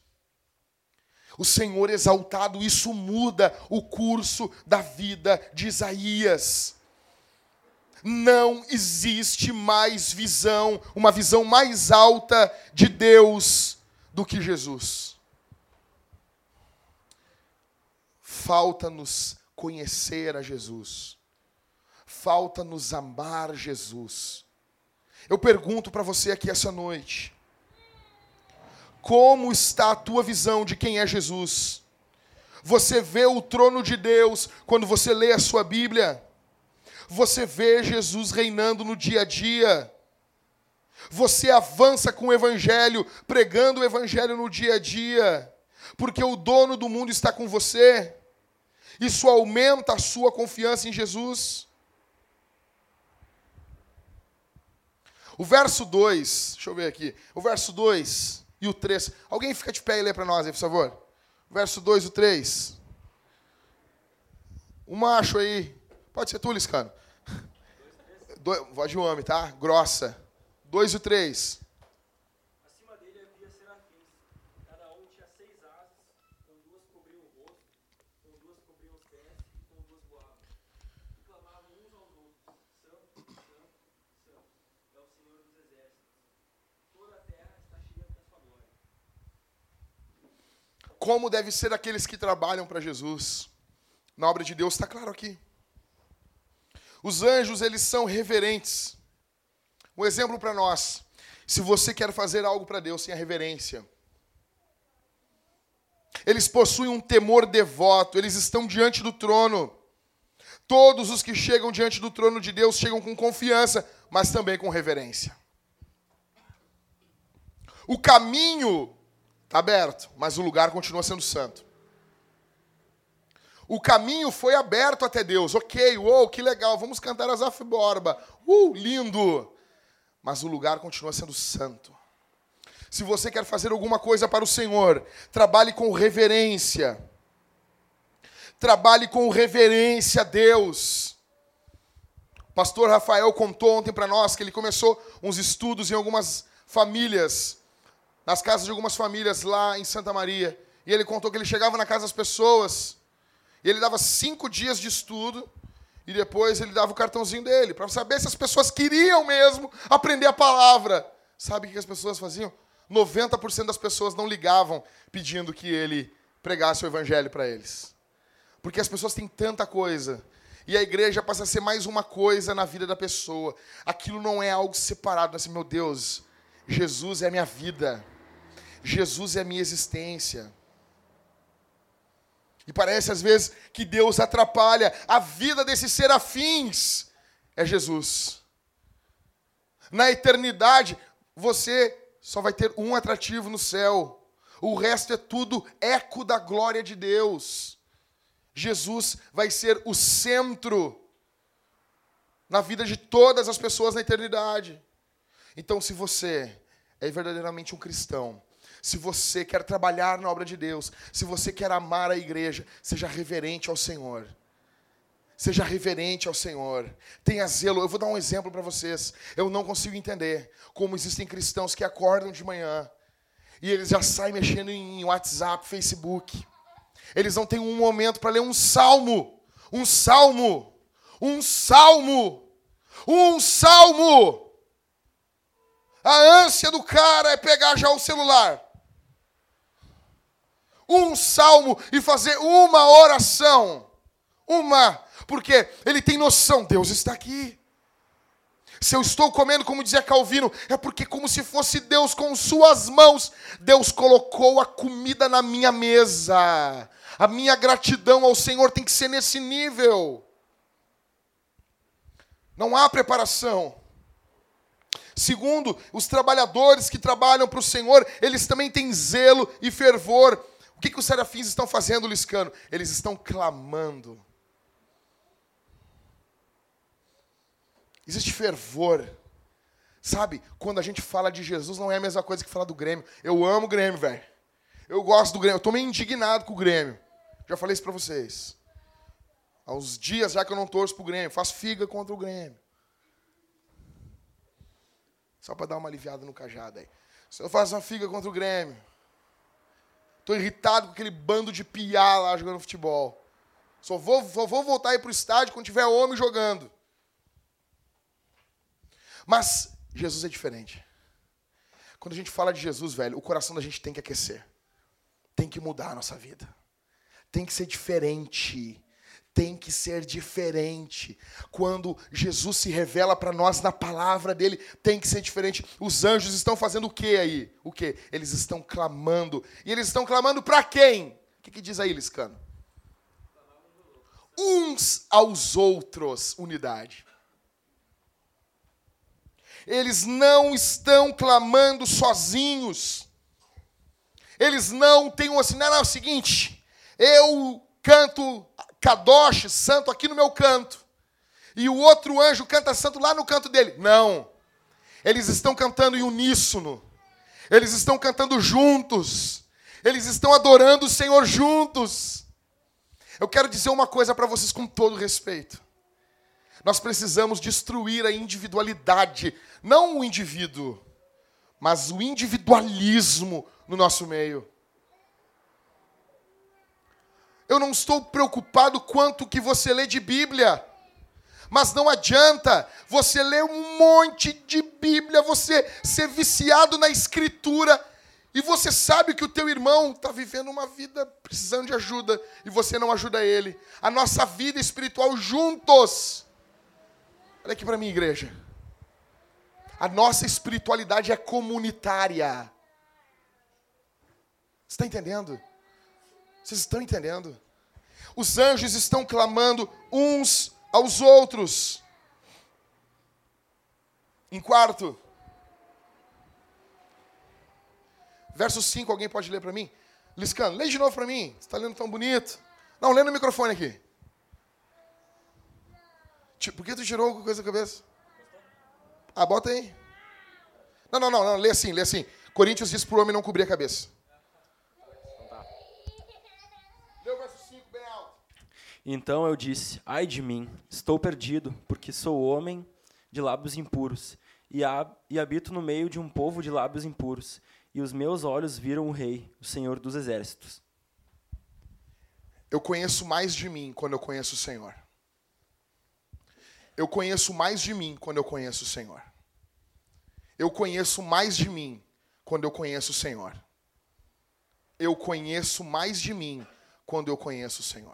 O Senhor exaltado, isso muda o curso da vida de Isaías. Não existe mais visão, uma visão mais alta de Deus do que Jesus. Falta-nos conhecer a Jesus. Falta-nos amar Jesus. Eu pergunto para você aqui essa noite, como está a tua visão de quem é Jesus? Você vê o trono de Deus quando você lê a sua Bíblia? Você vê Jesus reinando no dia a dia? Você avança com o Evangelho, pregando o Evangelho no dia a dia, porque o dono do mundo está com você? Isso aumenta a sua confiança em Jesus? O verso dois, deixa eu ver aqui, o verso dois e o três. Alguém fica de pé e lê para nós aí, por favor. O verso dois e o três. O macho aí, pode ser tu, Liscano. Do, voz de homem, tá? Grossa. dois e o três. Acima dele havia serafins. Cada um tinha seis asas, com duas cobriam o rosto, com duas cobriam os pés e com duas voavam. E clamavam uns aos outros, Santo, Santo, Santo, é o Senhor dos Exércitos. Toda a terra está como deve ser aqueles que trabalham para Jesus. Na obra de Deus está claro aqui. Os anjos, eles são reverentes. Um exemplo para nós. Se você quer fazer algo para Deus, tenha reverência. Eles possuem um temor devoto, eles estão diante do trono. Todos os que chegam diante do trono de Deus chegam com confiança, mas também com reverência. O caminho está aberto, mas o lugar continua sendo santo. O caminho foi aberto até Deus. Ok, uou, que legal, vamos cantar Asaf Borba. Uh, lindo! Mas o lugar continua sendo santo. Se você quer fazer alguma coisa para o Senhor, trabalhe com reverência. Trabalhe com reverência a Deus. O pastor Rafael contou ontem para nós que ele começou uns estudos em algumas famílias, nas casas de algumas famílias lá em Santa Maria. E ele contou que ele chegava na casa das pessoas, e ele dava cinco dias de estudo, e depois ele dava o cartãozinho dele, para saber se as pessoas queriam mesmo aprender a palavra. Sabe o que as pessoas faziam? noventa por cento das pessoas não ligavam pedindo que ele pregasse o evangelho para eles. Porque as pessoas têm tanta coisa. E a igreja passa a ser mais uma coisa na vida da pessoa. Aquilo não é algo separado. Assim, meu Deus, Jesus é a minha vida. Jesus é a minha existência. E parece às vezes que Deus atrapalha a vida desses serafins. É Jesus. Na eternidade, você só vai ter um atrativo no céu. O resto é tudo eco da glória de Deus. Jesus vai ser o centro na vida de todas as pessoas na eternidade. Então, se você é verdadeiramente um cristão, se você quer trabalhar na obra de Deus, se você quer amar a igreja, seja reverente ao Senhor. Seja reverente ao Senhor. Tenha zelo. Eu vou dar um exemplo para vocês. Eu não consigo entender como existem cristãos que acordam de manhã e eles já saem mexendo em WhatsApp, Facebook. Eles não têm um momento para ler um salmo. Um salmo. Um salmo. Um salmo. A ânsia do cara é pegar já o celular. Um salmo e fazer uma oração. Uma. Porque ele tem noção, Deus está aqui. Se eu estou comendo, como dizia Calvino, é porque como se fosse Deus com suas mãos, Deus colocou a comida na minha mesa. A minha gratidão ao Senhor tem que ser nesse nível. Não há preparação. Segundo, os trabalhadores que trabalham para o Senhor, eles também têm zelo e fervor. O que, que os serafins estão fazendo, Liscano? Eles estão clamando. Existe fervor. Sabe, quando a gente fala de Jesus, não é a mesma coisa que falar do Grêmio. Eu amo o Grêmio, velho. Eu gosto do Grêmio. Eu estou meio indignado com o Grêmio. Já falei isso para vocês. Há uns dias já que eu não torço pro Grêmio. Faço figa contra o Grêmio. Só para dar uma aliviada no cajado aí. Se eu faço uma figa contra o Grêmio. Estou irritado com aquele bando de piá lá jogando futebol. Só vou, só vou voltar aí pro estádio quando tiver homem jogando. Mas Jesus é diferente. Quando a gente fala de Jesus, velho, o coração da gente tem que aquecer. Tem que mudar a nossa vida. Tem que ser diferente. Tem que ser diferente. Quando Jesus se revela para nós na palavra dele, tem que ser diferente. Os anjos estão fazendo o quê aí? O quê? Eles estão clamando. E eles estão clamando para quem? O que, que diz aí, Liscano? Uns aos outros, unidade. Eles não estão clamando sozinhos. Eles não têm um assim, não, não, é o seguinte, eu canto Kadosh, santo, aqui no meu canto. E o outro anjo canta santo lá no canto dele. Não. Eles estão cantando em uníssono. Eles estão cantando juntos. Eles estão adorando o Senhor juntos. Eu quero dizer uma coisa para vocês com todo respeito. Nós precisamos destruir a individualidade. Não o indivíduo, mas o individualismo no nosso meio. Eu não estou preocupado quanto que você lê de Bíblia. Mas não adianta você ler um monte de Bíblia, você ser viciado na Escritura E você sabe que o teu irmão está vivendo uma vida precisando de ajuda e você não ajuda ele. A nossa vida espiritual juntos. Olha aqui para mim, igreja. A nossa espiritualidade é comunitária. Você está entendendo? Vocês estão entendendo? Os anjos estão clamando uns aos outros. Em quarto, verso cinco, alguém pode ler para mim? Liscano, lê de novo para mim. Você está lendo tão bonito. Não, lê no microfone aqui. Por que tu tirou alguma coisa da cabeça? Ah, bota aí. Não, não, não, não, lê assim, lê assim. Coríntios diz para o homem não cobrir a cabeça. Lê o verso cinco bem alto. Então eu disse, ai de mim, estou perdido, porque sou homem de lábios impuros, e, hab- e habito no meio de um povo de lábios impuros, e os meus olhos viram o Rei, o Senhor dos Exércitos. Eu conheço mais de mim quando eu conheço o Senhor. Eu conheço mais de mim quando eu conheço o Senhor. Eu conheço mais de mim quando eu conheço o Senhor. Eu conheço mais de mim quando eu conheço o Senhor.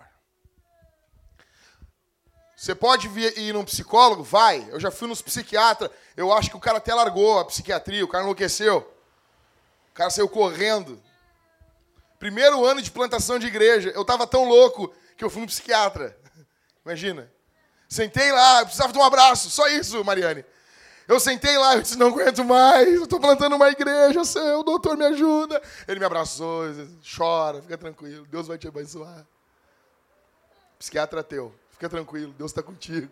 Você pode vir, ir num psicólogo? Vai. Eu já fui nos psiquiatras. Eu acho que o cara até largou a psiquiatria. O cara enlouqueceu. O cara saiu correndo. Primeiro ano de plantação de igreja. Eu estava tão louco que eu fui no psiquiatra. Imagina. Sentei lá, eu precisava de um abraço. Só isso, Mariane. Eu sentei lá, eu disse, não aguento mais. Eu estou plantando uma igreja, seu doutor me ajuda. Ele me abraçou, disse, chora, fica tranquilo. Deus vai te abençoar. Psiquiatra teu. Fica tranquilo, Deus está contigo.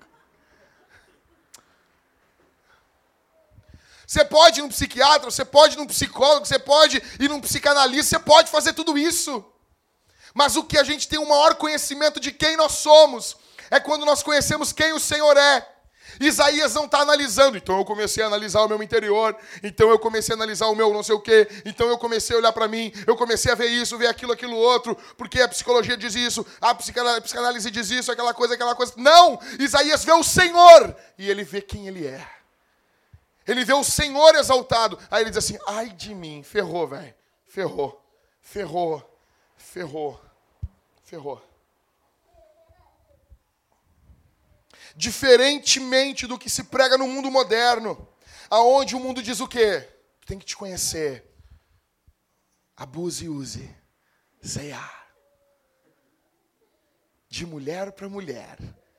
Você pode ir num psiquiatra, você pode ir num psicólogo, você pode ir num psicanalista, você pode fazer tudo isso. Mas o que a gente tem o maior conhecimento de quem nós somos é quando nós conhecemos quem o Senhor é. Isaías não está analisando, então eu comecei a analisar o meu interior, então eu comecei a analisar o meu não sei o quê, então eu comecei a olhar para mim, eu comecei a ver isso, ver aquilo, aquilo outro, porque a psicologia diz isso, a psicanálise diz isso, aquela coisa, aquela coisa. Não! Isaías vê o Senhor e ele vê quem ele é. Ele vê o Senhor exaltado. Aí ele diz assim, ai de mim, ferrou, velho, ferrou, ferrou, ferrou, ferrou. Diferentemente do que se prega no mundo moderno, aonde o mundo diz o quê? Tem que te conhecer. Abuse e use. Zeia. De mulher para mulher.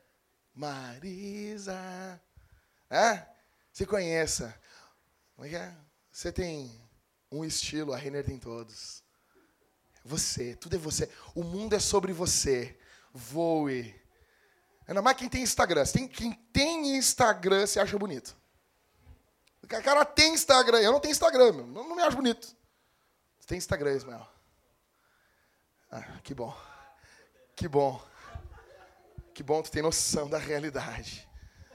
Marisa. É? Se conheça. Como é que é? Você tem um estilo, a Renner tem todos. Você, tudo é você. O mundo é sobre você. Voe. Ainda mais quem tem Instagram. Tem, quem tem Instagram se acha bonito. O cara tem Instagram. Eu não tenho Instagram, meu. Não, não me acho bonito. Você tem Instagram, Ismael? Ah, que bom. Que bom. Que bom tu tem noção da realidade.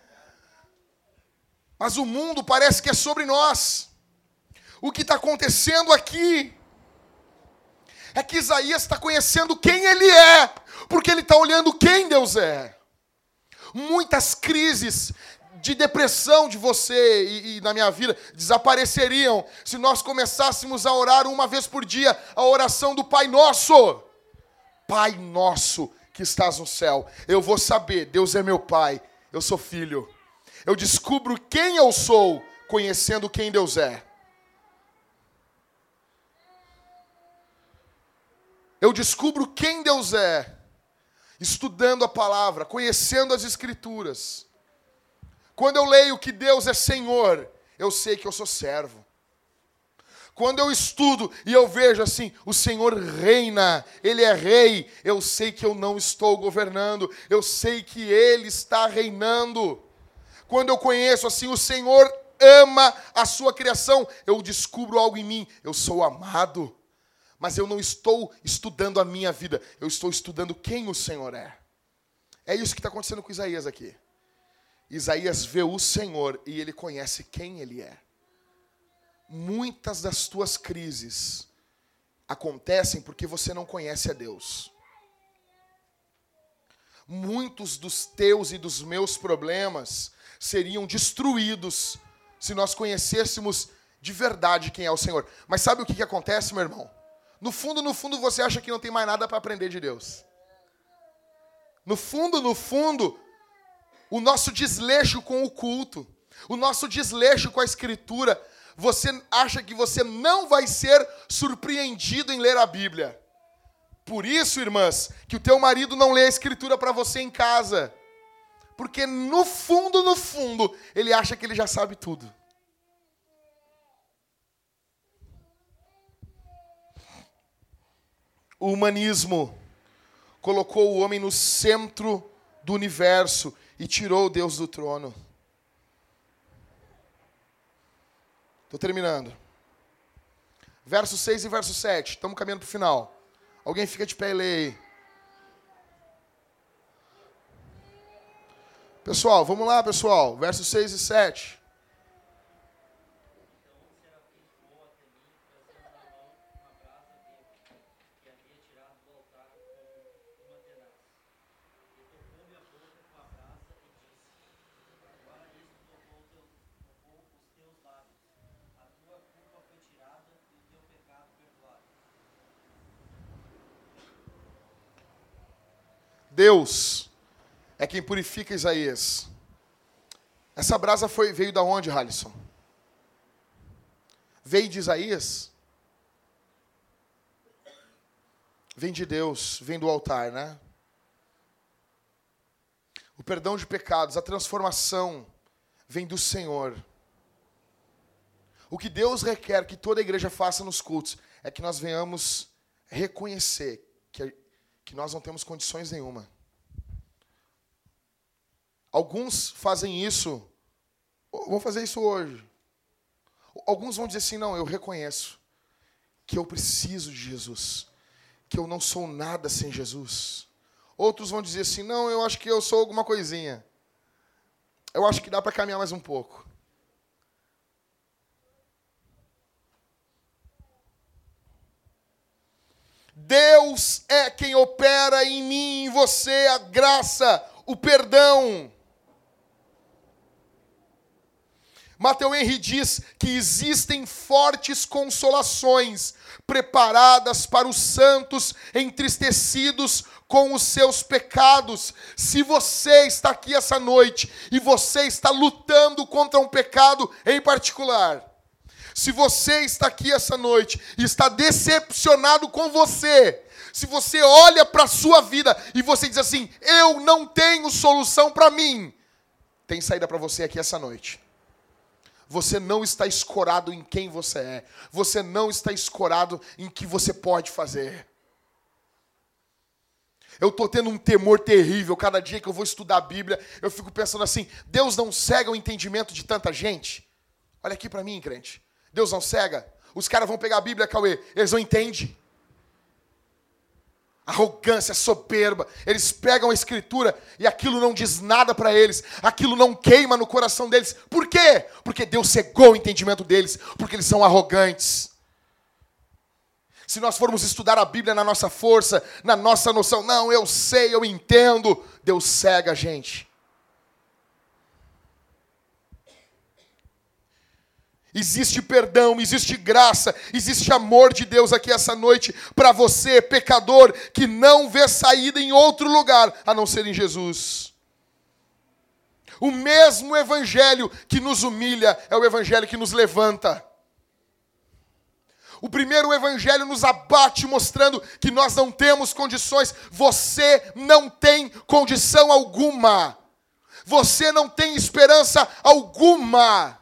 Mas o mundo parece que é sobre nós. O que está acontecendo aqui é que Isaías está conhecendo quem ele é. Porque ele está olhando quem Deus é. Muitas crises de depressão de você e, e na minha vida desapareceriam se nós começássemos a orar uma vez por dia a oração do Pai Nosso. Pai Nosso que estás no céu. Eu vou saber, Deus é meu Pai, eu sou filho. Eu descubro quem eu sou conhecendo quem Deus é. Eu descubro quem Deus é estudando a palavra, conhecendo as Escrituras. Quando eu leio que Deus é Senhor, eu sei que eu sou servo. Quando eu estudo e eu vejo assim, o Senhor reina, Ele é rei, eu sei que eu não estou governando, eu sei que Ele está reinando. Quando eu conheço assim, o Senhor ama a sua criação, eu descubro algo em mim, eu sou amado. Mas eu não estou estudando a minha vida, eu estou estudando quem o Senhor é. É isso que está acontecendo com Isaías aqui. Isaías vê o Senhor e ele conhece quem ele é. Muitas das tuas crises acontecem porque você não conhece a Deus. Muitos dos teus e dos meus problemas seriam destruídos se nós conhecêssemos de verdade quem é o Senhor. Mas sabe o que, que acontece, meu irmão? No fundo, no fundo, você acha que não tem mais nada para aprender de Deus. No fundo, no fundo, o nosso desleixo com o culto, o nosso desleixo com a Escritura, você acha que você não vai ser surpreendido em ler a Bíblia. Por isso, irmãs, que o teu marido não lê a Escritura para você em casa. Porque no fundo, no fundo, ele acha que ele já sabe tudo. O humanismo colocou o homem no centro do universo e tirou Deus do trono. Estou terminando. Verso seis e verso sete. Estamos caminhando para o final. Alguém fica de pé e lê aí. Pessoal, vamos lá, pessoal. Versos seis e sete. Deus é quem purifica Isaías. Essa brasa foi, veio da onde, Halisson? Veio de Isaías? Vem de Deus, vem do altar, né? O perdão de pecados, a transformação vem do Senhor. O que Deus requer que toda a igreja faça nos cultos é que nós venhamos reconhecer que, que nós não temos condições nenhuma. Alguns fazem isso, vão fazer isso hoje. Alguns vão dizer assim, não, eu reconheço que eu preciso de Jesus, que eu não sou nada sem Jesus. Outros vão dizer assim, não, eu acho que eu sou alguma coisinha. Eu acho que dá para caminhar mais um pouco. Deus é quem opera em mim e em você a graça, o perdão. Matthew Henry diz que existem fortes consolações preparadas para os santos entristecidos com os seus pecados. Se você está aqui essa noite e você está lutando contra um pecado em particular, se você está aqui essa noite e está decepcionado com você, se você olha para a sua vida e você diz assim, eu não tenho solução para mim, tem saída para você aqui essa noite. Você não está escorado em quem você é. Você não está escorado em que você pode fazer. Eu estou tendo um temor terrível. Cada dia que eu vou estudar a Bíblia, eu fico pensando assim, Deus não cega o entendimento de tanta gente? Olha aqui para mim, crente. Deus não cega? Os caras vão pegar a Bíblia, Cauê, eles não entendem. Arrogância, soberba. Eles pegam a Escritura e aquilo não diz nada para eles. Aquilo não queima no coração deles. Por quê? Porque Deus cegou o entendimento deles. Porque eles são arrogantes. Se nós formos estudar a Bíblia na nossa força, na nossa noção, não, eu sei, eu entendo, Deus cega a gente. Existe perdão, existe graça, existe amor de Deus aqui essa noite para você, pecador, que não vê saída em outro lugar a não ser em Jesus. O mesmo evangelho que nos humilha é o evangelho que nos levanta. O primeiro evangelho nos abate, mostrando que nós não temos condições. Você não tem condição alguma. Você não tem esperança alguma.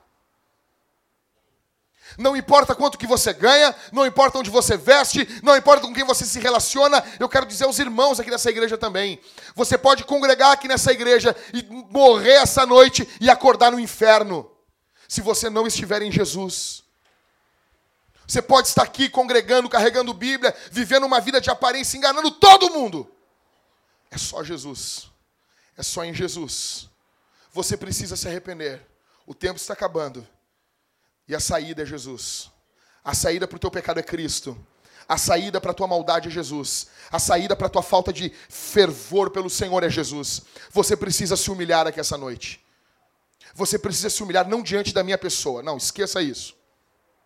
Não importa quanto que você ganha, não importa onde você veste, não importa com quem você se relaciona. Eu quero dizer aos irmãos aqui nessa igreja também. Você pode congregar aqui nessa igreja e morrer essa noite e acordar no inferno, se você não estiver em Jesus. Você pode estar aqui congregando, carregando Bíblia, vivendo uma vida de aparência, enganando todo mundo. É só Jesus. É só em Jesus. Você precisa se arrepender. O tempo está acabando. E a saída é Jesus. A saída para o teu pecado é Cristo. A saída para a tua maldade é Jesus. A saída para a tua falta de fervor pelo Senhor é Jesus. Você precisa se humilhar aqui essa noite. Você precisa se humilhar não diante da minha pessoa. Não, esqueça isso.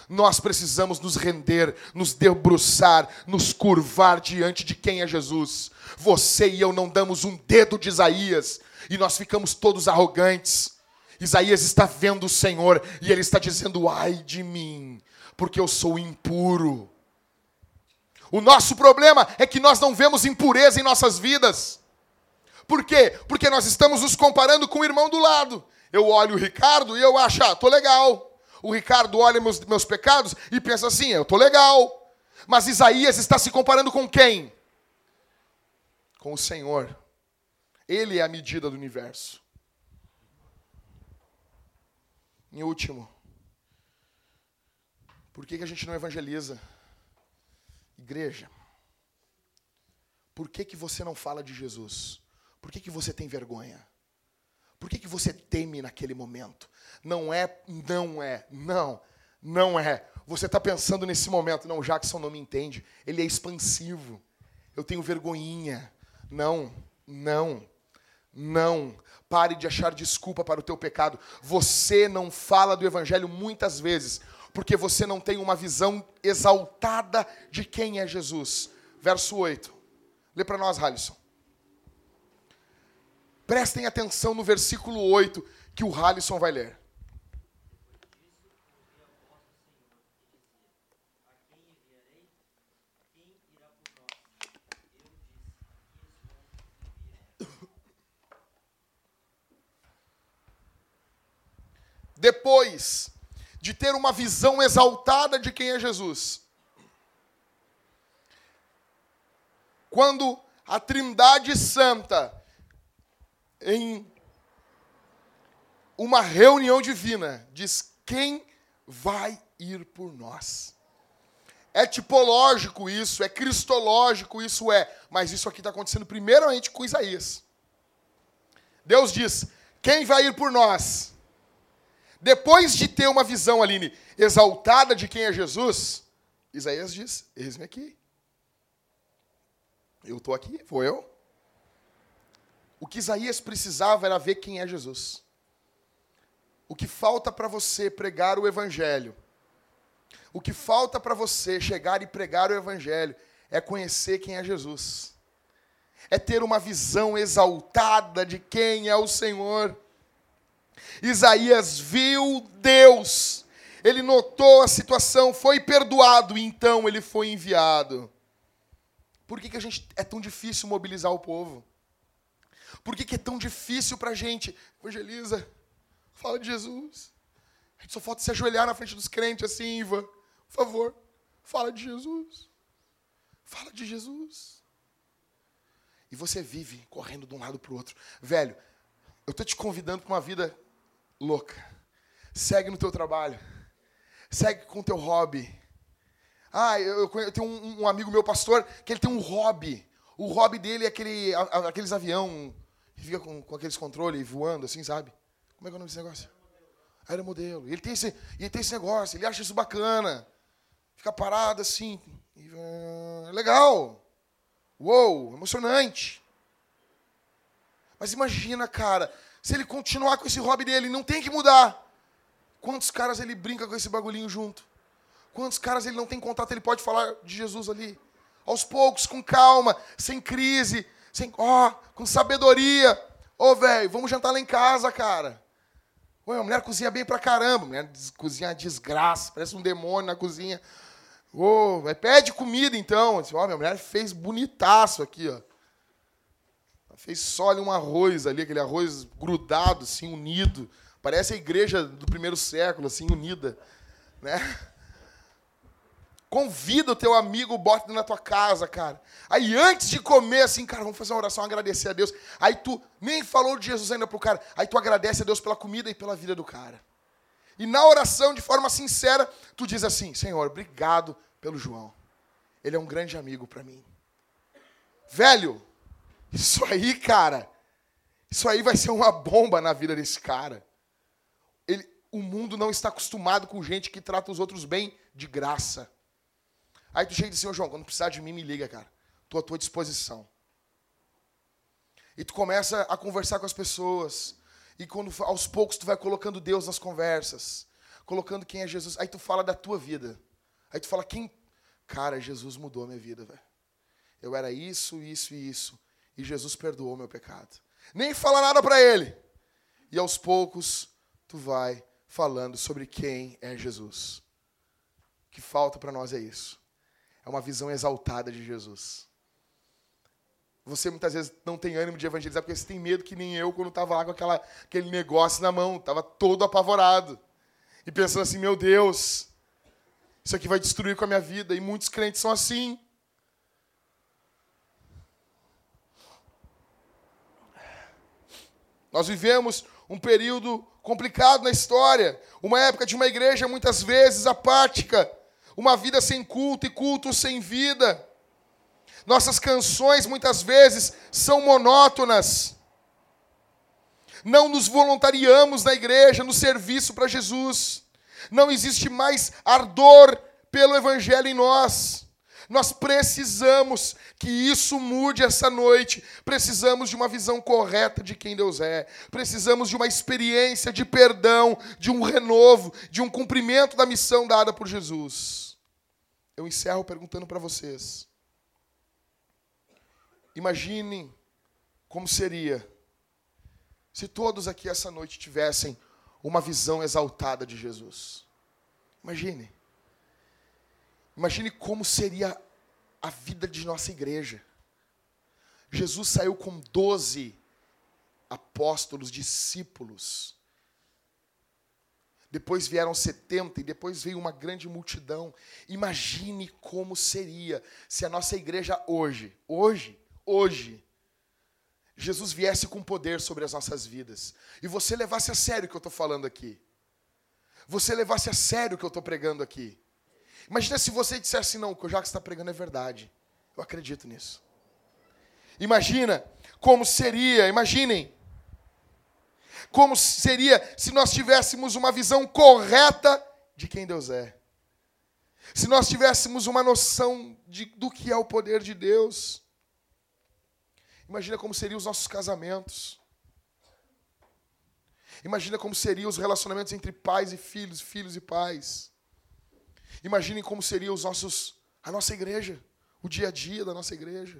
Nós precisamos nos render, nos debruçar, nos curvar diante de quem é Jesus. Você e eu não damos um dedo de Isaías e nós ficamos todos arrogantes. Isaías está vendo o Senhor e ele está dizendo, ai de mim, porque eu sou impuro. O nosso problema é que nós não vemos impureza em nossas vidas. Por quê? Porque nós estamos nos comparando com o irmão do lado. Eu olho o Ricardo e eu acho, ah, tô legal. O Ricardo olha meus, meus pecados e pensa assim, eu tô legal. Mas Isaías está se comparando com quem? Com o Senhor. Ele é a medida do universo. Em último, por que que a gente não evangeliza? Igreja, por que que você não fala de Jesus? Por que que você tem vergonha? Por que que você teme naquele momento? Não é, não é, não, não é. Você está pensando nesse momento, não, Jackson não me entende, ele é expansivo, eu tenho vergonhinha. Não, não, não. Pare de achar desculpa para o teu pecado. Você não fala do evangelho muitas vezes, porque você não tem uma visão exaltada de quem é Jesus. Verso oito. Lê para nós, Halisson. Prestem atenção no versículo oito, que o Halisson vai ler. Depois de ter uma visão exaltada de quem é Jesus, quando a Trindade Santa, em uma reunião divina, diz, quem vai ir por nós? É tipológico isso, é cristológico isso é, mas isso aqui está acontecendo primeiramente com Isaías. Deus diz, quem vai ir por nós? Depois de ter uma visão, Aline, exaltada de quem é Jesus, Isaías diz, eis-me aqui. Eu estou aqui, vou eu. O que Isaías precisava era ver quem é Jesus. O que falta para você pregar o evangelho, o que falta para você chegar e pregar o evangelho, é conhecer quem é Jesus. É ter uma visão exaltada de quem é o Senhor. Isaías viu Deus, ele notou a situação, foi perdoado, e então ele foi enviado. Por que que a gente, é tão difícil mobilizar o povo? Por que que é tão difícil para a gente? Evangeliza, fala de Jesus. A gente só falta se ajoelhar na frente dos crentes assim, Ivan, por favor, fala de Jesus. Fala de Jesus. E você vive correndo de um lado para o outro. Velho, eu estou te convidando para uma vida louca. Segue no teu trabalho. Segue com o teu hobby. Ah, eu, eu tenho um, um amigo meu, pastor, que ele tem um hobby. O hobby dele é aquele, a, aqueles avião que fica com, com aqueles controles voando, assim, sabe? Como é que é o nome desse negócio? Aeromodelo. Ele tem esse, ele tem esse negócio, ele acha isso bacana. Fica parado assim. E, uh, legal. Uou, emocionante. Mas imagina, cara, se ele continuar com esse hobby dele, não tem que mudar. Quantos caras ele brinca com esse bagulhinho junto? Quantos caras ele não tem contato, ele pode falar de Jesus ali? Aos poucos, com calma, sem crise, sem, ó, com sabedoria. Ô, velho, vamos jantar lá em casa, cara. Ué, a mulher cozinha bem pra caramba. A mulher cozinha desgraça, parece um demônio na cozinha. Ô, pede comida, então. Ó, minha mulher fez bonitaço aqui, ó. Ela fez só ali um arroz ali, aquele arroz grudado, assim, unido. Parece a igreja do primeiro século, assim, unida, né? Convida o teu amigo, bota na tua casa, cara. Aí antes de comer, assim, cara, vamos fazer uma oração, agradecer a Deus. Aí tu nem falou de Jesus ainda pro cara. Aí tu agradece a Deus pela comida e pela vida do cara. E na oração, de forma sincera, tu diz assim, Senhor, obrigado pelo João. Ele é um grande amigo para mim. Velho, isso aí, cara, isso aí vai ser uma bomba na vida desse cara. Ele, o mundo não está acostumado com gente que trata os outros bem de graça. Aí tu chega e diz, Senhor João, quando precisar de mim, me liga, cara. Estou à tua disposição. E tu começa a conversar com as pessoas. E quando aos poucos tu vai colocando Deus nas conversas. colocando quem é Jesus. Aí tu fala da tua vida. Aí tu fala quem... Cara, Jesus mudou a minha vida, velho. Eu era isso, isso e isso. E Jesus perdoou meu pecado. Nem fala nada para ele. E aos poucos, tu vai falando sobre quem é Jesus. O que falta para nós é isso. É uma visão exaltada de Jesus. Você muitas vezes não tem ânimo de evangelizar porque você tem medo que nem eu quando estava lá com aquela, aquele negócio na mão. Estava todo apavorado. E pensando assim, meu Deus, isso aqui vai destruir com a minha vida. E muitos crentes são assim. Nós vivemos um período complicado na história. Uma época de uma igreja muitas vezes apática. Uma vida sem culto e culto sem vida. Nossas canções, muitas vezes, são monótonas. Não nos voluntariamos na igreja, no serviço para Jesus. Não existe mais ardor pelo Evangelho em nós. Nós precisamos que isso mude essa noite. Precisamos de uma visão correta de quem Deus é. Precisamos de uma experiência de perdão, de um renovo, de um cumprimento da missão dada por Jesus. Eu encerro perguntando para vocês. Imaginem como seria se todos aqui essa noite tivessem uma visão exaltada de Jesus. Imagine. Imagine como seria a vida de nossa igreja. Jesus saiu com doze apóstolos, discípulos. Depois vieram setenta e depois veio uma grande multidão. Imagine como seria se a nossa igreja hoje, hoje, hoje, Jesus viesse com poder sobre as nossas vidas. E você levasse a sério o que eu estou falando aqui. Você levasse a sério o que eu estou pregando aqui. Imagina se você dissesse, não, o que o Jacques está pregando é verdade. Eu acredito nisso. Imagina como seria, imaginem, como seria se nós tivéssemos uma visão correta de quem Deus é. Se nós tivéssemos uma noção de, do que é o poder de Deus. Imagina como seriam os nossos casamentos. Imagina como seriam os relacionamentos entre pais e filhos, filhos e pais. Imaginem como seriam os nossos, a nossa igreja, o dia a dia da nossa igreja.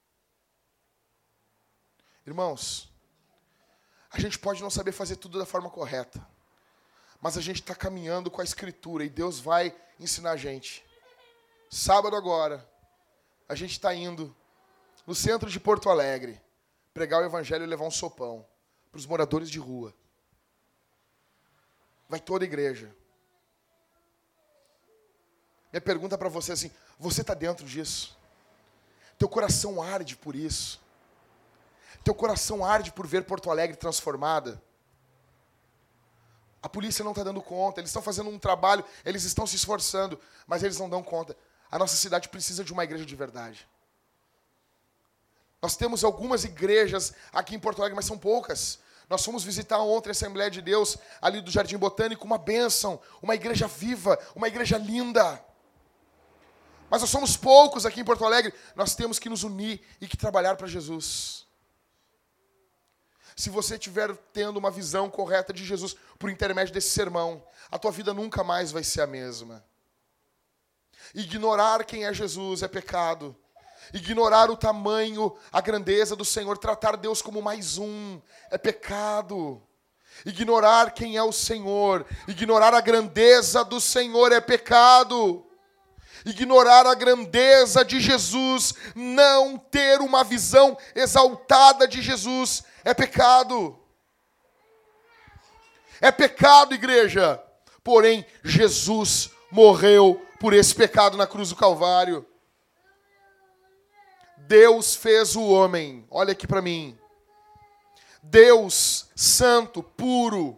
Irmãos, a gente pode não saber fazer tudo da forma correta, mas a gente está caminhando com a Escritura e Deus vai ensinar a gente. Sábado agora, a gente está indo no centro de Porto Alegre, pregar o Evangelho e levar um sopão para os moradores de rua. Vai toda a igreja. Minha pergunta para você é assim, você está dentro disso? Teu coração arde por isso? Teu coração arde por ver Porto Alegre transformada? A polícia não está dando conta, eles estão fazendo um trabalho, eles estão se esforçando, mas eles não dão conta. A nossa cidade precisa de uma igreja de verdade. Nós temos algumas igrejas aqui em Porto Alegre, mas são poucas. Nós fomos visitar ontem a Assembleia de Deus, ali do Jardim Botânico, uma bênção, uma igreja viva, uma igreja linda. Mas nós somos poucos aqui em Porto Alegre, nós temos que nos unir e que trabalhar para Jesus. Se você estiver tendo uma visão correta de Jesus por intermédio desse sermão, a tua vida nunca mais vai ser a mesma. Ignorar quem é Jesus é pecado. Ignorar o tamanho, a grandeza do Senhor, tratar Deus como mais um, é pecado. Ignorar quem é o Senhor, ignorar a grandeza do Senhor é pecado. Ignorar a grandeza de Jesus, não ter uma visão exaltada de Jesus, é pecado. É pecado, igreja. Porém, Jesus morreu por esse pecado na cruz do Calvário. Deus fez o homem, olha aqui para mim. Deus santo, puro,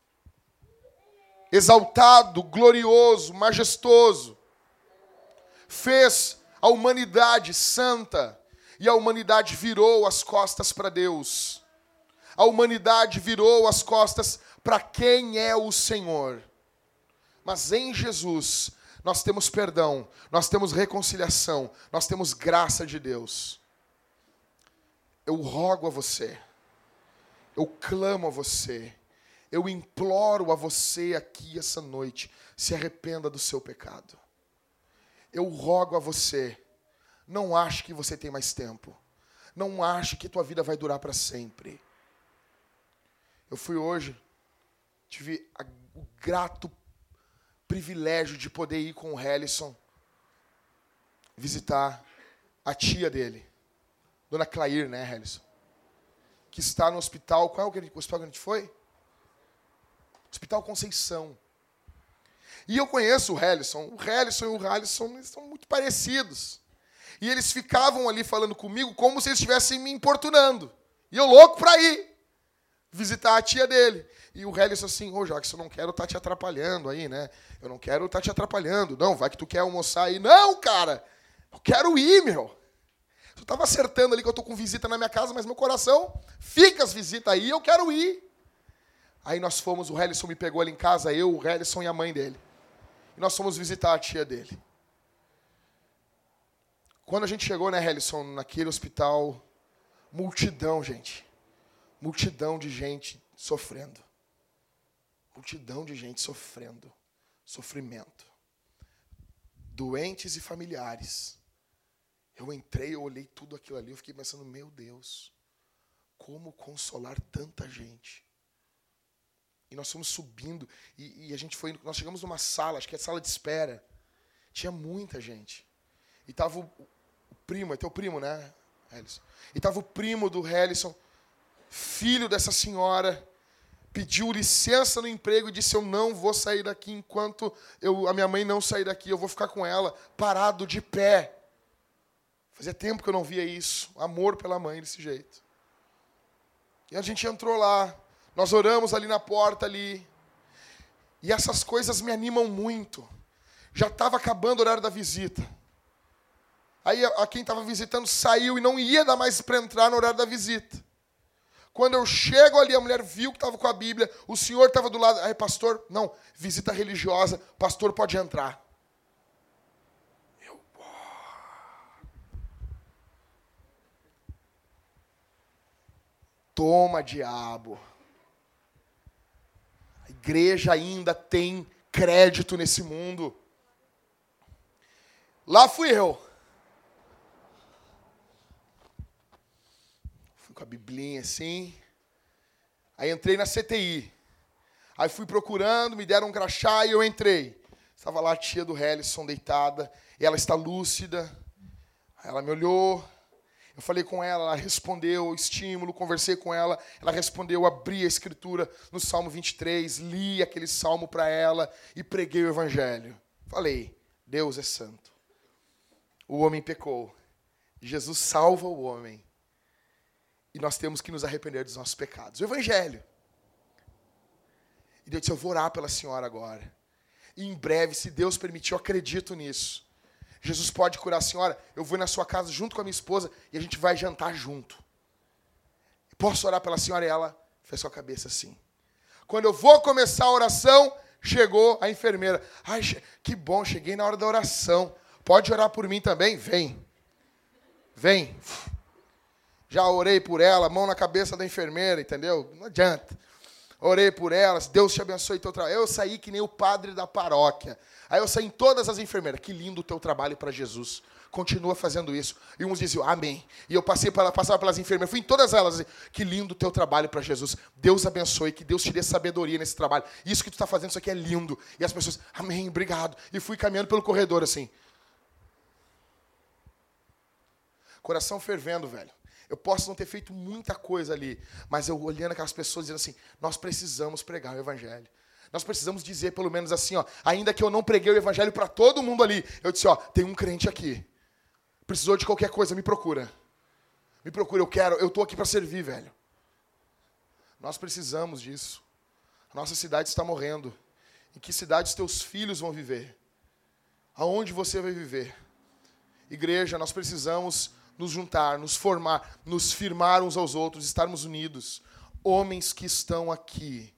exaltado, glorioso, majestoso, fez a humanidade santa e a humanidade virou as costas para Deus. A humanidade virou as costas para quem é o Senhor. Mas em Jesus nós temos perdão, nós temos reconciliação, nós temos graça de Deus. Eu rogo a você, eu clamo a você, eu imploro a você aqui essa noite, se arrependa do seu pecado. Eu rogo a você, não ache que você tem mais tempo. Não ache que tua vida vai durar para sempre. Eu fui hoje, tive a, o grato privilégio de poder ir com o Helison visitar a tia dele, Dona Clair, né, Helison? Que está no hospital. Qual é o hospital que a gente foi? Hospital Conceição. E eu conheço o Helison. O Helison e o Helison eles são muito parecidos. E eles ficavam ali falando comigo como se eles estivessem me importunando. E eu louco para ir visitar a tia dele. E o Helison assim, ô oh, Jackson, eu não quero estar tá te atrapalhando aí, né? Eu não quero estar tá te atrapalhando. Não, vai que tu quer almoçar aí. Não, cara, eu quero ir, meu. Eu estava acertando ali que eu estou com visita na minha casa, mas meu coração fica as visitas aí, eu quero ir. Aí nós fomos, o Helison me pegou ali em casa, eu, o Helison e a mãe dele. E nós fomos visitar a tia dele. Quando a gente chegou, né, Helison, naquele hospital, multidão, gente. Multidão de gente sofrendo. Multidão de gente sofrendo. Sofrimento. Doentes e familiares. Eu entrei, eu olhei tudo aquilo ali, eu fiquei pensando, meu Deus, como consolar tanta gente? E nós fomos subindo, e, e a gente foi, nós chegamos numa sala, acho que é a sala de espera. Tinha muita gente. E estava o, o primo, é teu primo, né, Helison? E estava o primo do Helison, filho dessa senhora, pediu licença no emprego e disse, eu não vou sair daqui enquanto eu, a minha mãe não sair daqui, eu vou ficar com ela, parado de pé. Fazia tempo que eu não via isso, amor pela mãe desse jeito. E a gente entrou lá, nós oramos ali na porta ali, e essas coisas me animam muito. Já estava acabando o horário da visita. Aí a, a quem estava visitando saiu e não ia dar mais para entrar no horário da visita. Quando eu chego ali, a mulher viu que estava com a Bíblia, o senhor estava do lado, aí pastor, não, visita religiosa, pastor pode entrar. Toma, diabo. A igreja ainda tem crédito nesse mundo. Lá fui eu. Fui com a biblinha assim. Aí entrei na C T I. Aí fui procurando, me deram um crachá e eu entrei. Estava lá a tia do Helison deitada. E ela está lúcida. Aí ela me olhou. Eu falei com ela, ela respondeu, estímulo, conversei com ela, ela respondeu, abri a escritura no Salmo vinte e três, li aquele salmo para ela e preguei o evangelho. Falei, Deus é santo. O homem pecou. Jesus salva o homem. E nós temos que nos arrepender dos nossos pecados. O evangelho. E Deus disse, eu vou orar pela senhora agora. E em breve, se Deus permitir, eu acredito nisso. Jesus pode curar a senhora, eu vou na sua casa junto com a minha esposa e a gente vai jantar junto. Posso orar pela senhora? E ela fez sua cabeça assim. Quando eu vou começar a oração, chegou a enfermeira. Ai, que bom, cheguei na hora da oração. Pode orar por mim também? Vem. Vem. Já orei por ela, mão na cabeça da enfermeira, entendeu? Não adianta. Orei por elas, Deus te abençoe teu trabalho. Eu saí que nem o padre da paróquia. Aí eu saí em todas as enfermeiras. Que lindo o teu trabalho para Jesus. Continua fazendo isso. E uns diziam, amém. E eu passei para, passava pelas enfermeiras. Fui em todas elas. Que lindo o teu trabalho para Jesus. Deus abençoe. Que Deus te dê sabedoria nesse trabalho. Isso que tu está fazendo, isso aqui é lindo. E as pessoas, amém, obrigado. E fui caminhando pelo corredor assim. Coração fervendo, velho. Eu posso não ter feito muita coisa ali, mas eu olhando aquelas pessoas dizendo assim, nós precisamos pregar o evangelho. Nós precisamos dizer pelo menos assim, ó, ainda que eu não preguei o evangelho para todo mundo ali, eu disse, ó, tem um crente aqui. Precisou de qualquer coisa, me procura. Me procura, eu quero, eu estou aqui para servir, velho. Nós precisamos disso. A nossa cidade está morrendo. Em que cidade os teus filhos vão viver? Aonde você vai viver? Igreja, nós precisamos nos juntar, nos formar, nos firmar uns aos outros, estarmos unidos. Homens que estão aqui.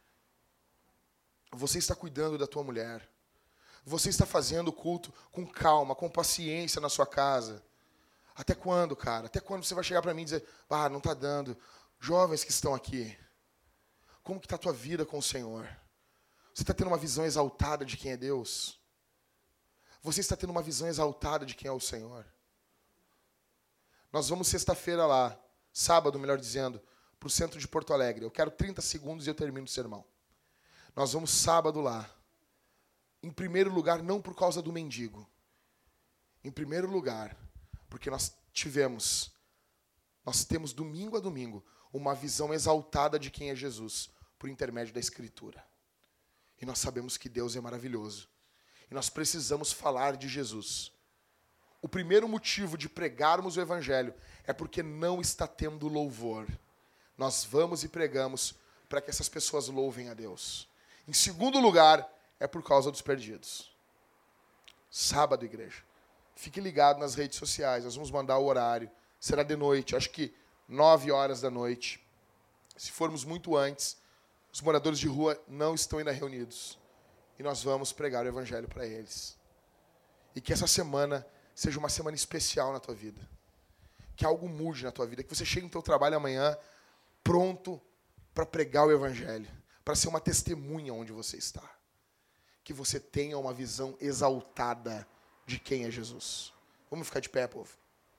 Você está cuidando da tua mulher. Você está fazendo o culto com calma, com paciência na sua casa. Até quando, cara? Até quando você vai chegar para mim e dizer, ah, não está dando. Jovens que estão aqui. Como que está a tua vida com o Senhor? Você está tendo uma visão exaltada de quem é Deus? Você está tendo uma visão exaltada de quem é o Senhor? Nós vamos sexta-feira lá, sábado, melhor dizendo, para o centro de Porto Alegre. Eu quero trinta segundos e eu termino o sermão. Nós vamos sábado lá. Em primeiro lugar, não por causa do mendigo. Em primeiro lugar, porque nós tivemos, nós temos domingo a domingo, uma visão exaltada de quem é Jesus, por intermédio da Escritura. E nós sabemos que Deus é maravilhoso. E nós precisamos falar de Jesus. O primeiro motivo de pregarmos o Evangelho é porque não está tendo louvor. Nós vamos e pregamos para que essas pessoas louvem a Deus. Em segundo lugar, é por causa dos perdidos. Sábado, igreja. Fique ligado nas redes sociais. Nós vamos mandar o horário. Será de noite, acho que nove horas da noite. Se formos muito antes, os moradores de rua não estão ainda reunidos. E nós vamos pregar o Evangelho para eles. E que essa semana seja uma semana especial na tua vida. Que algo mude na tua vida. Que você chegue no teu trabalho amanhã pronto para pregar o Evangelho. Para ser uma testemunha onde você está. Que você tenha uma visão exaltada de quem é Jesus. Vamos ficar de pé, povo.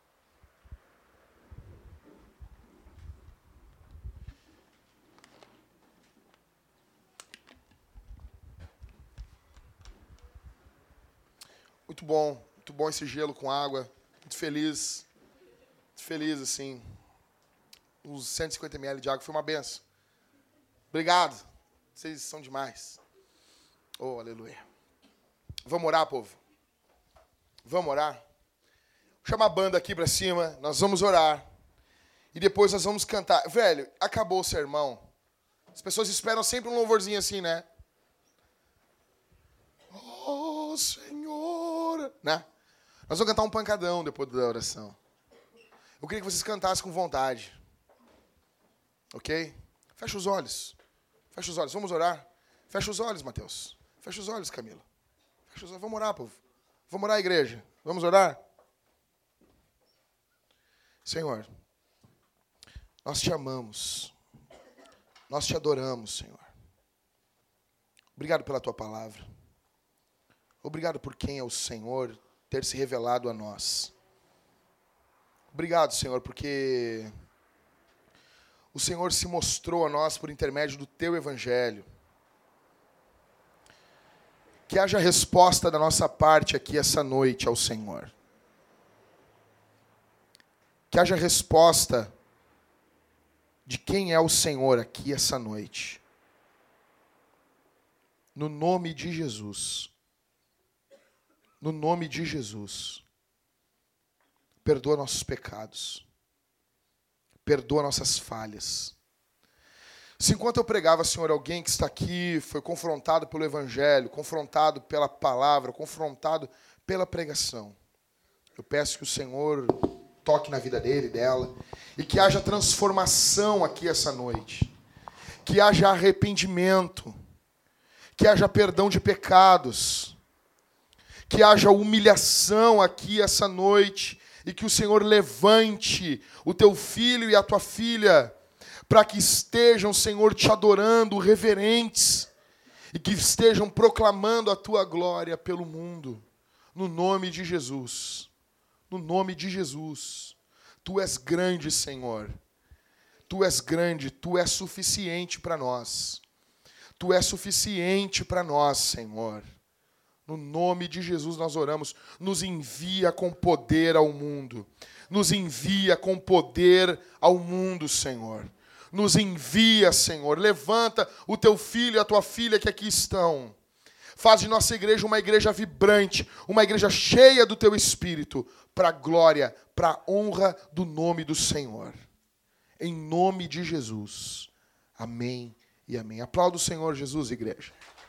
Muito bom, muito bom esse gelo com água. Muito feliz. Muito feliz, assim. Uns cento e cinquenta mililitros de água. Foi uma benção. Obrigado. Vocês são demais. Oh, aleluia. Vamos orar, povo? Vamos orar? Vou chamar a banda aqui pra cima. Nós vamos orar. E depois nós vamos cantar. Velho, acabou o sermão. As pessoas esperam sempre um louvorzinho assim, né? Oh, Senhor. Né? Nós vamos cantar um pancadão depois da oração. Eu queria que vocês cantassem com vontade. Ok? Fecha os olhos. Fecha os olhos. Vamos orar? Fecha os olhos, Mateus. Fecha os olhos, Camila. Fecha os olhos. Vamos orar, povo. Vamos orar, igreja. Vamos orar? Senhor, nós te amamos. Nós te adoramos, Senhor. Obrigado pela tua palavra. Obrigado por quem é o Senhor ter se revelado a nós. Obrigado, Senhor, porque o Senhor se mostrou a nós por intermédio do teu Evangelho. Que haja resposta da nossa parte aqui essa noite ao Senhor. Que haja resposta de quem é o Senhor aqui essa noite. No nome de Jesus. No nome de Jesus. Perdoa nossos pecados. Perdoa nossas falhas. Se enquanto eu pregava, Senhor, alguém que está aqui foi confrontado pelo Evangelho, confrontado pela palavra, confrontado pela pregação, eu peço que o Senhor toque na vida dele, dela, e que haja transformação aqui essa noite. Que haja arrependimento. Que haja perdão de pecados. Que haja humilhação aqui essa noite. E que o Senhor levante o teu filho e a tua filha para que estejam, Senhor, te adorando, reverentes, e que estejam proclamando a tua glória pelo mundo, no nome de Jesus. No nome de Jesus. Tu és grande, Senhor. Tu és grande, tu és suficiente para nós. Tu és suficiente para nós, Senhor. No nome de Jesus nós oramos. Nos envia com poder ao mundo. Nos envia com poder ao mundo, Senhor. Nos envia, Senhor. Levanta o teu filho e a tua filha que aqui estão. Faz de nossa igreja uma igreja vibrante, uma igreja cheia do teu Espírito, para a glória, para a honra do nome do Senhor. Em nome de Jesus. Amém e amém. Aplauda o Senhor Jesus, igreja.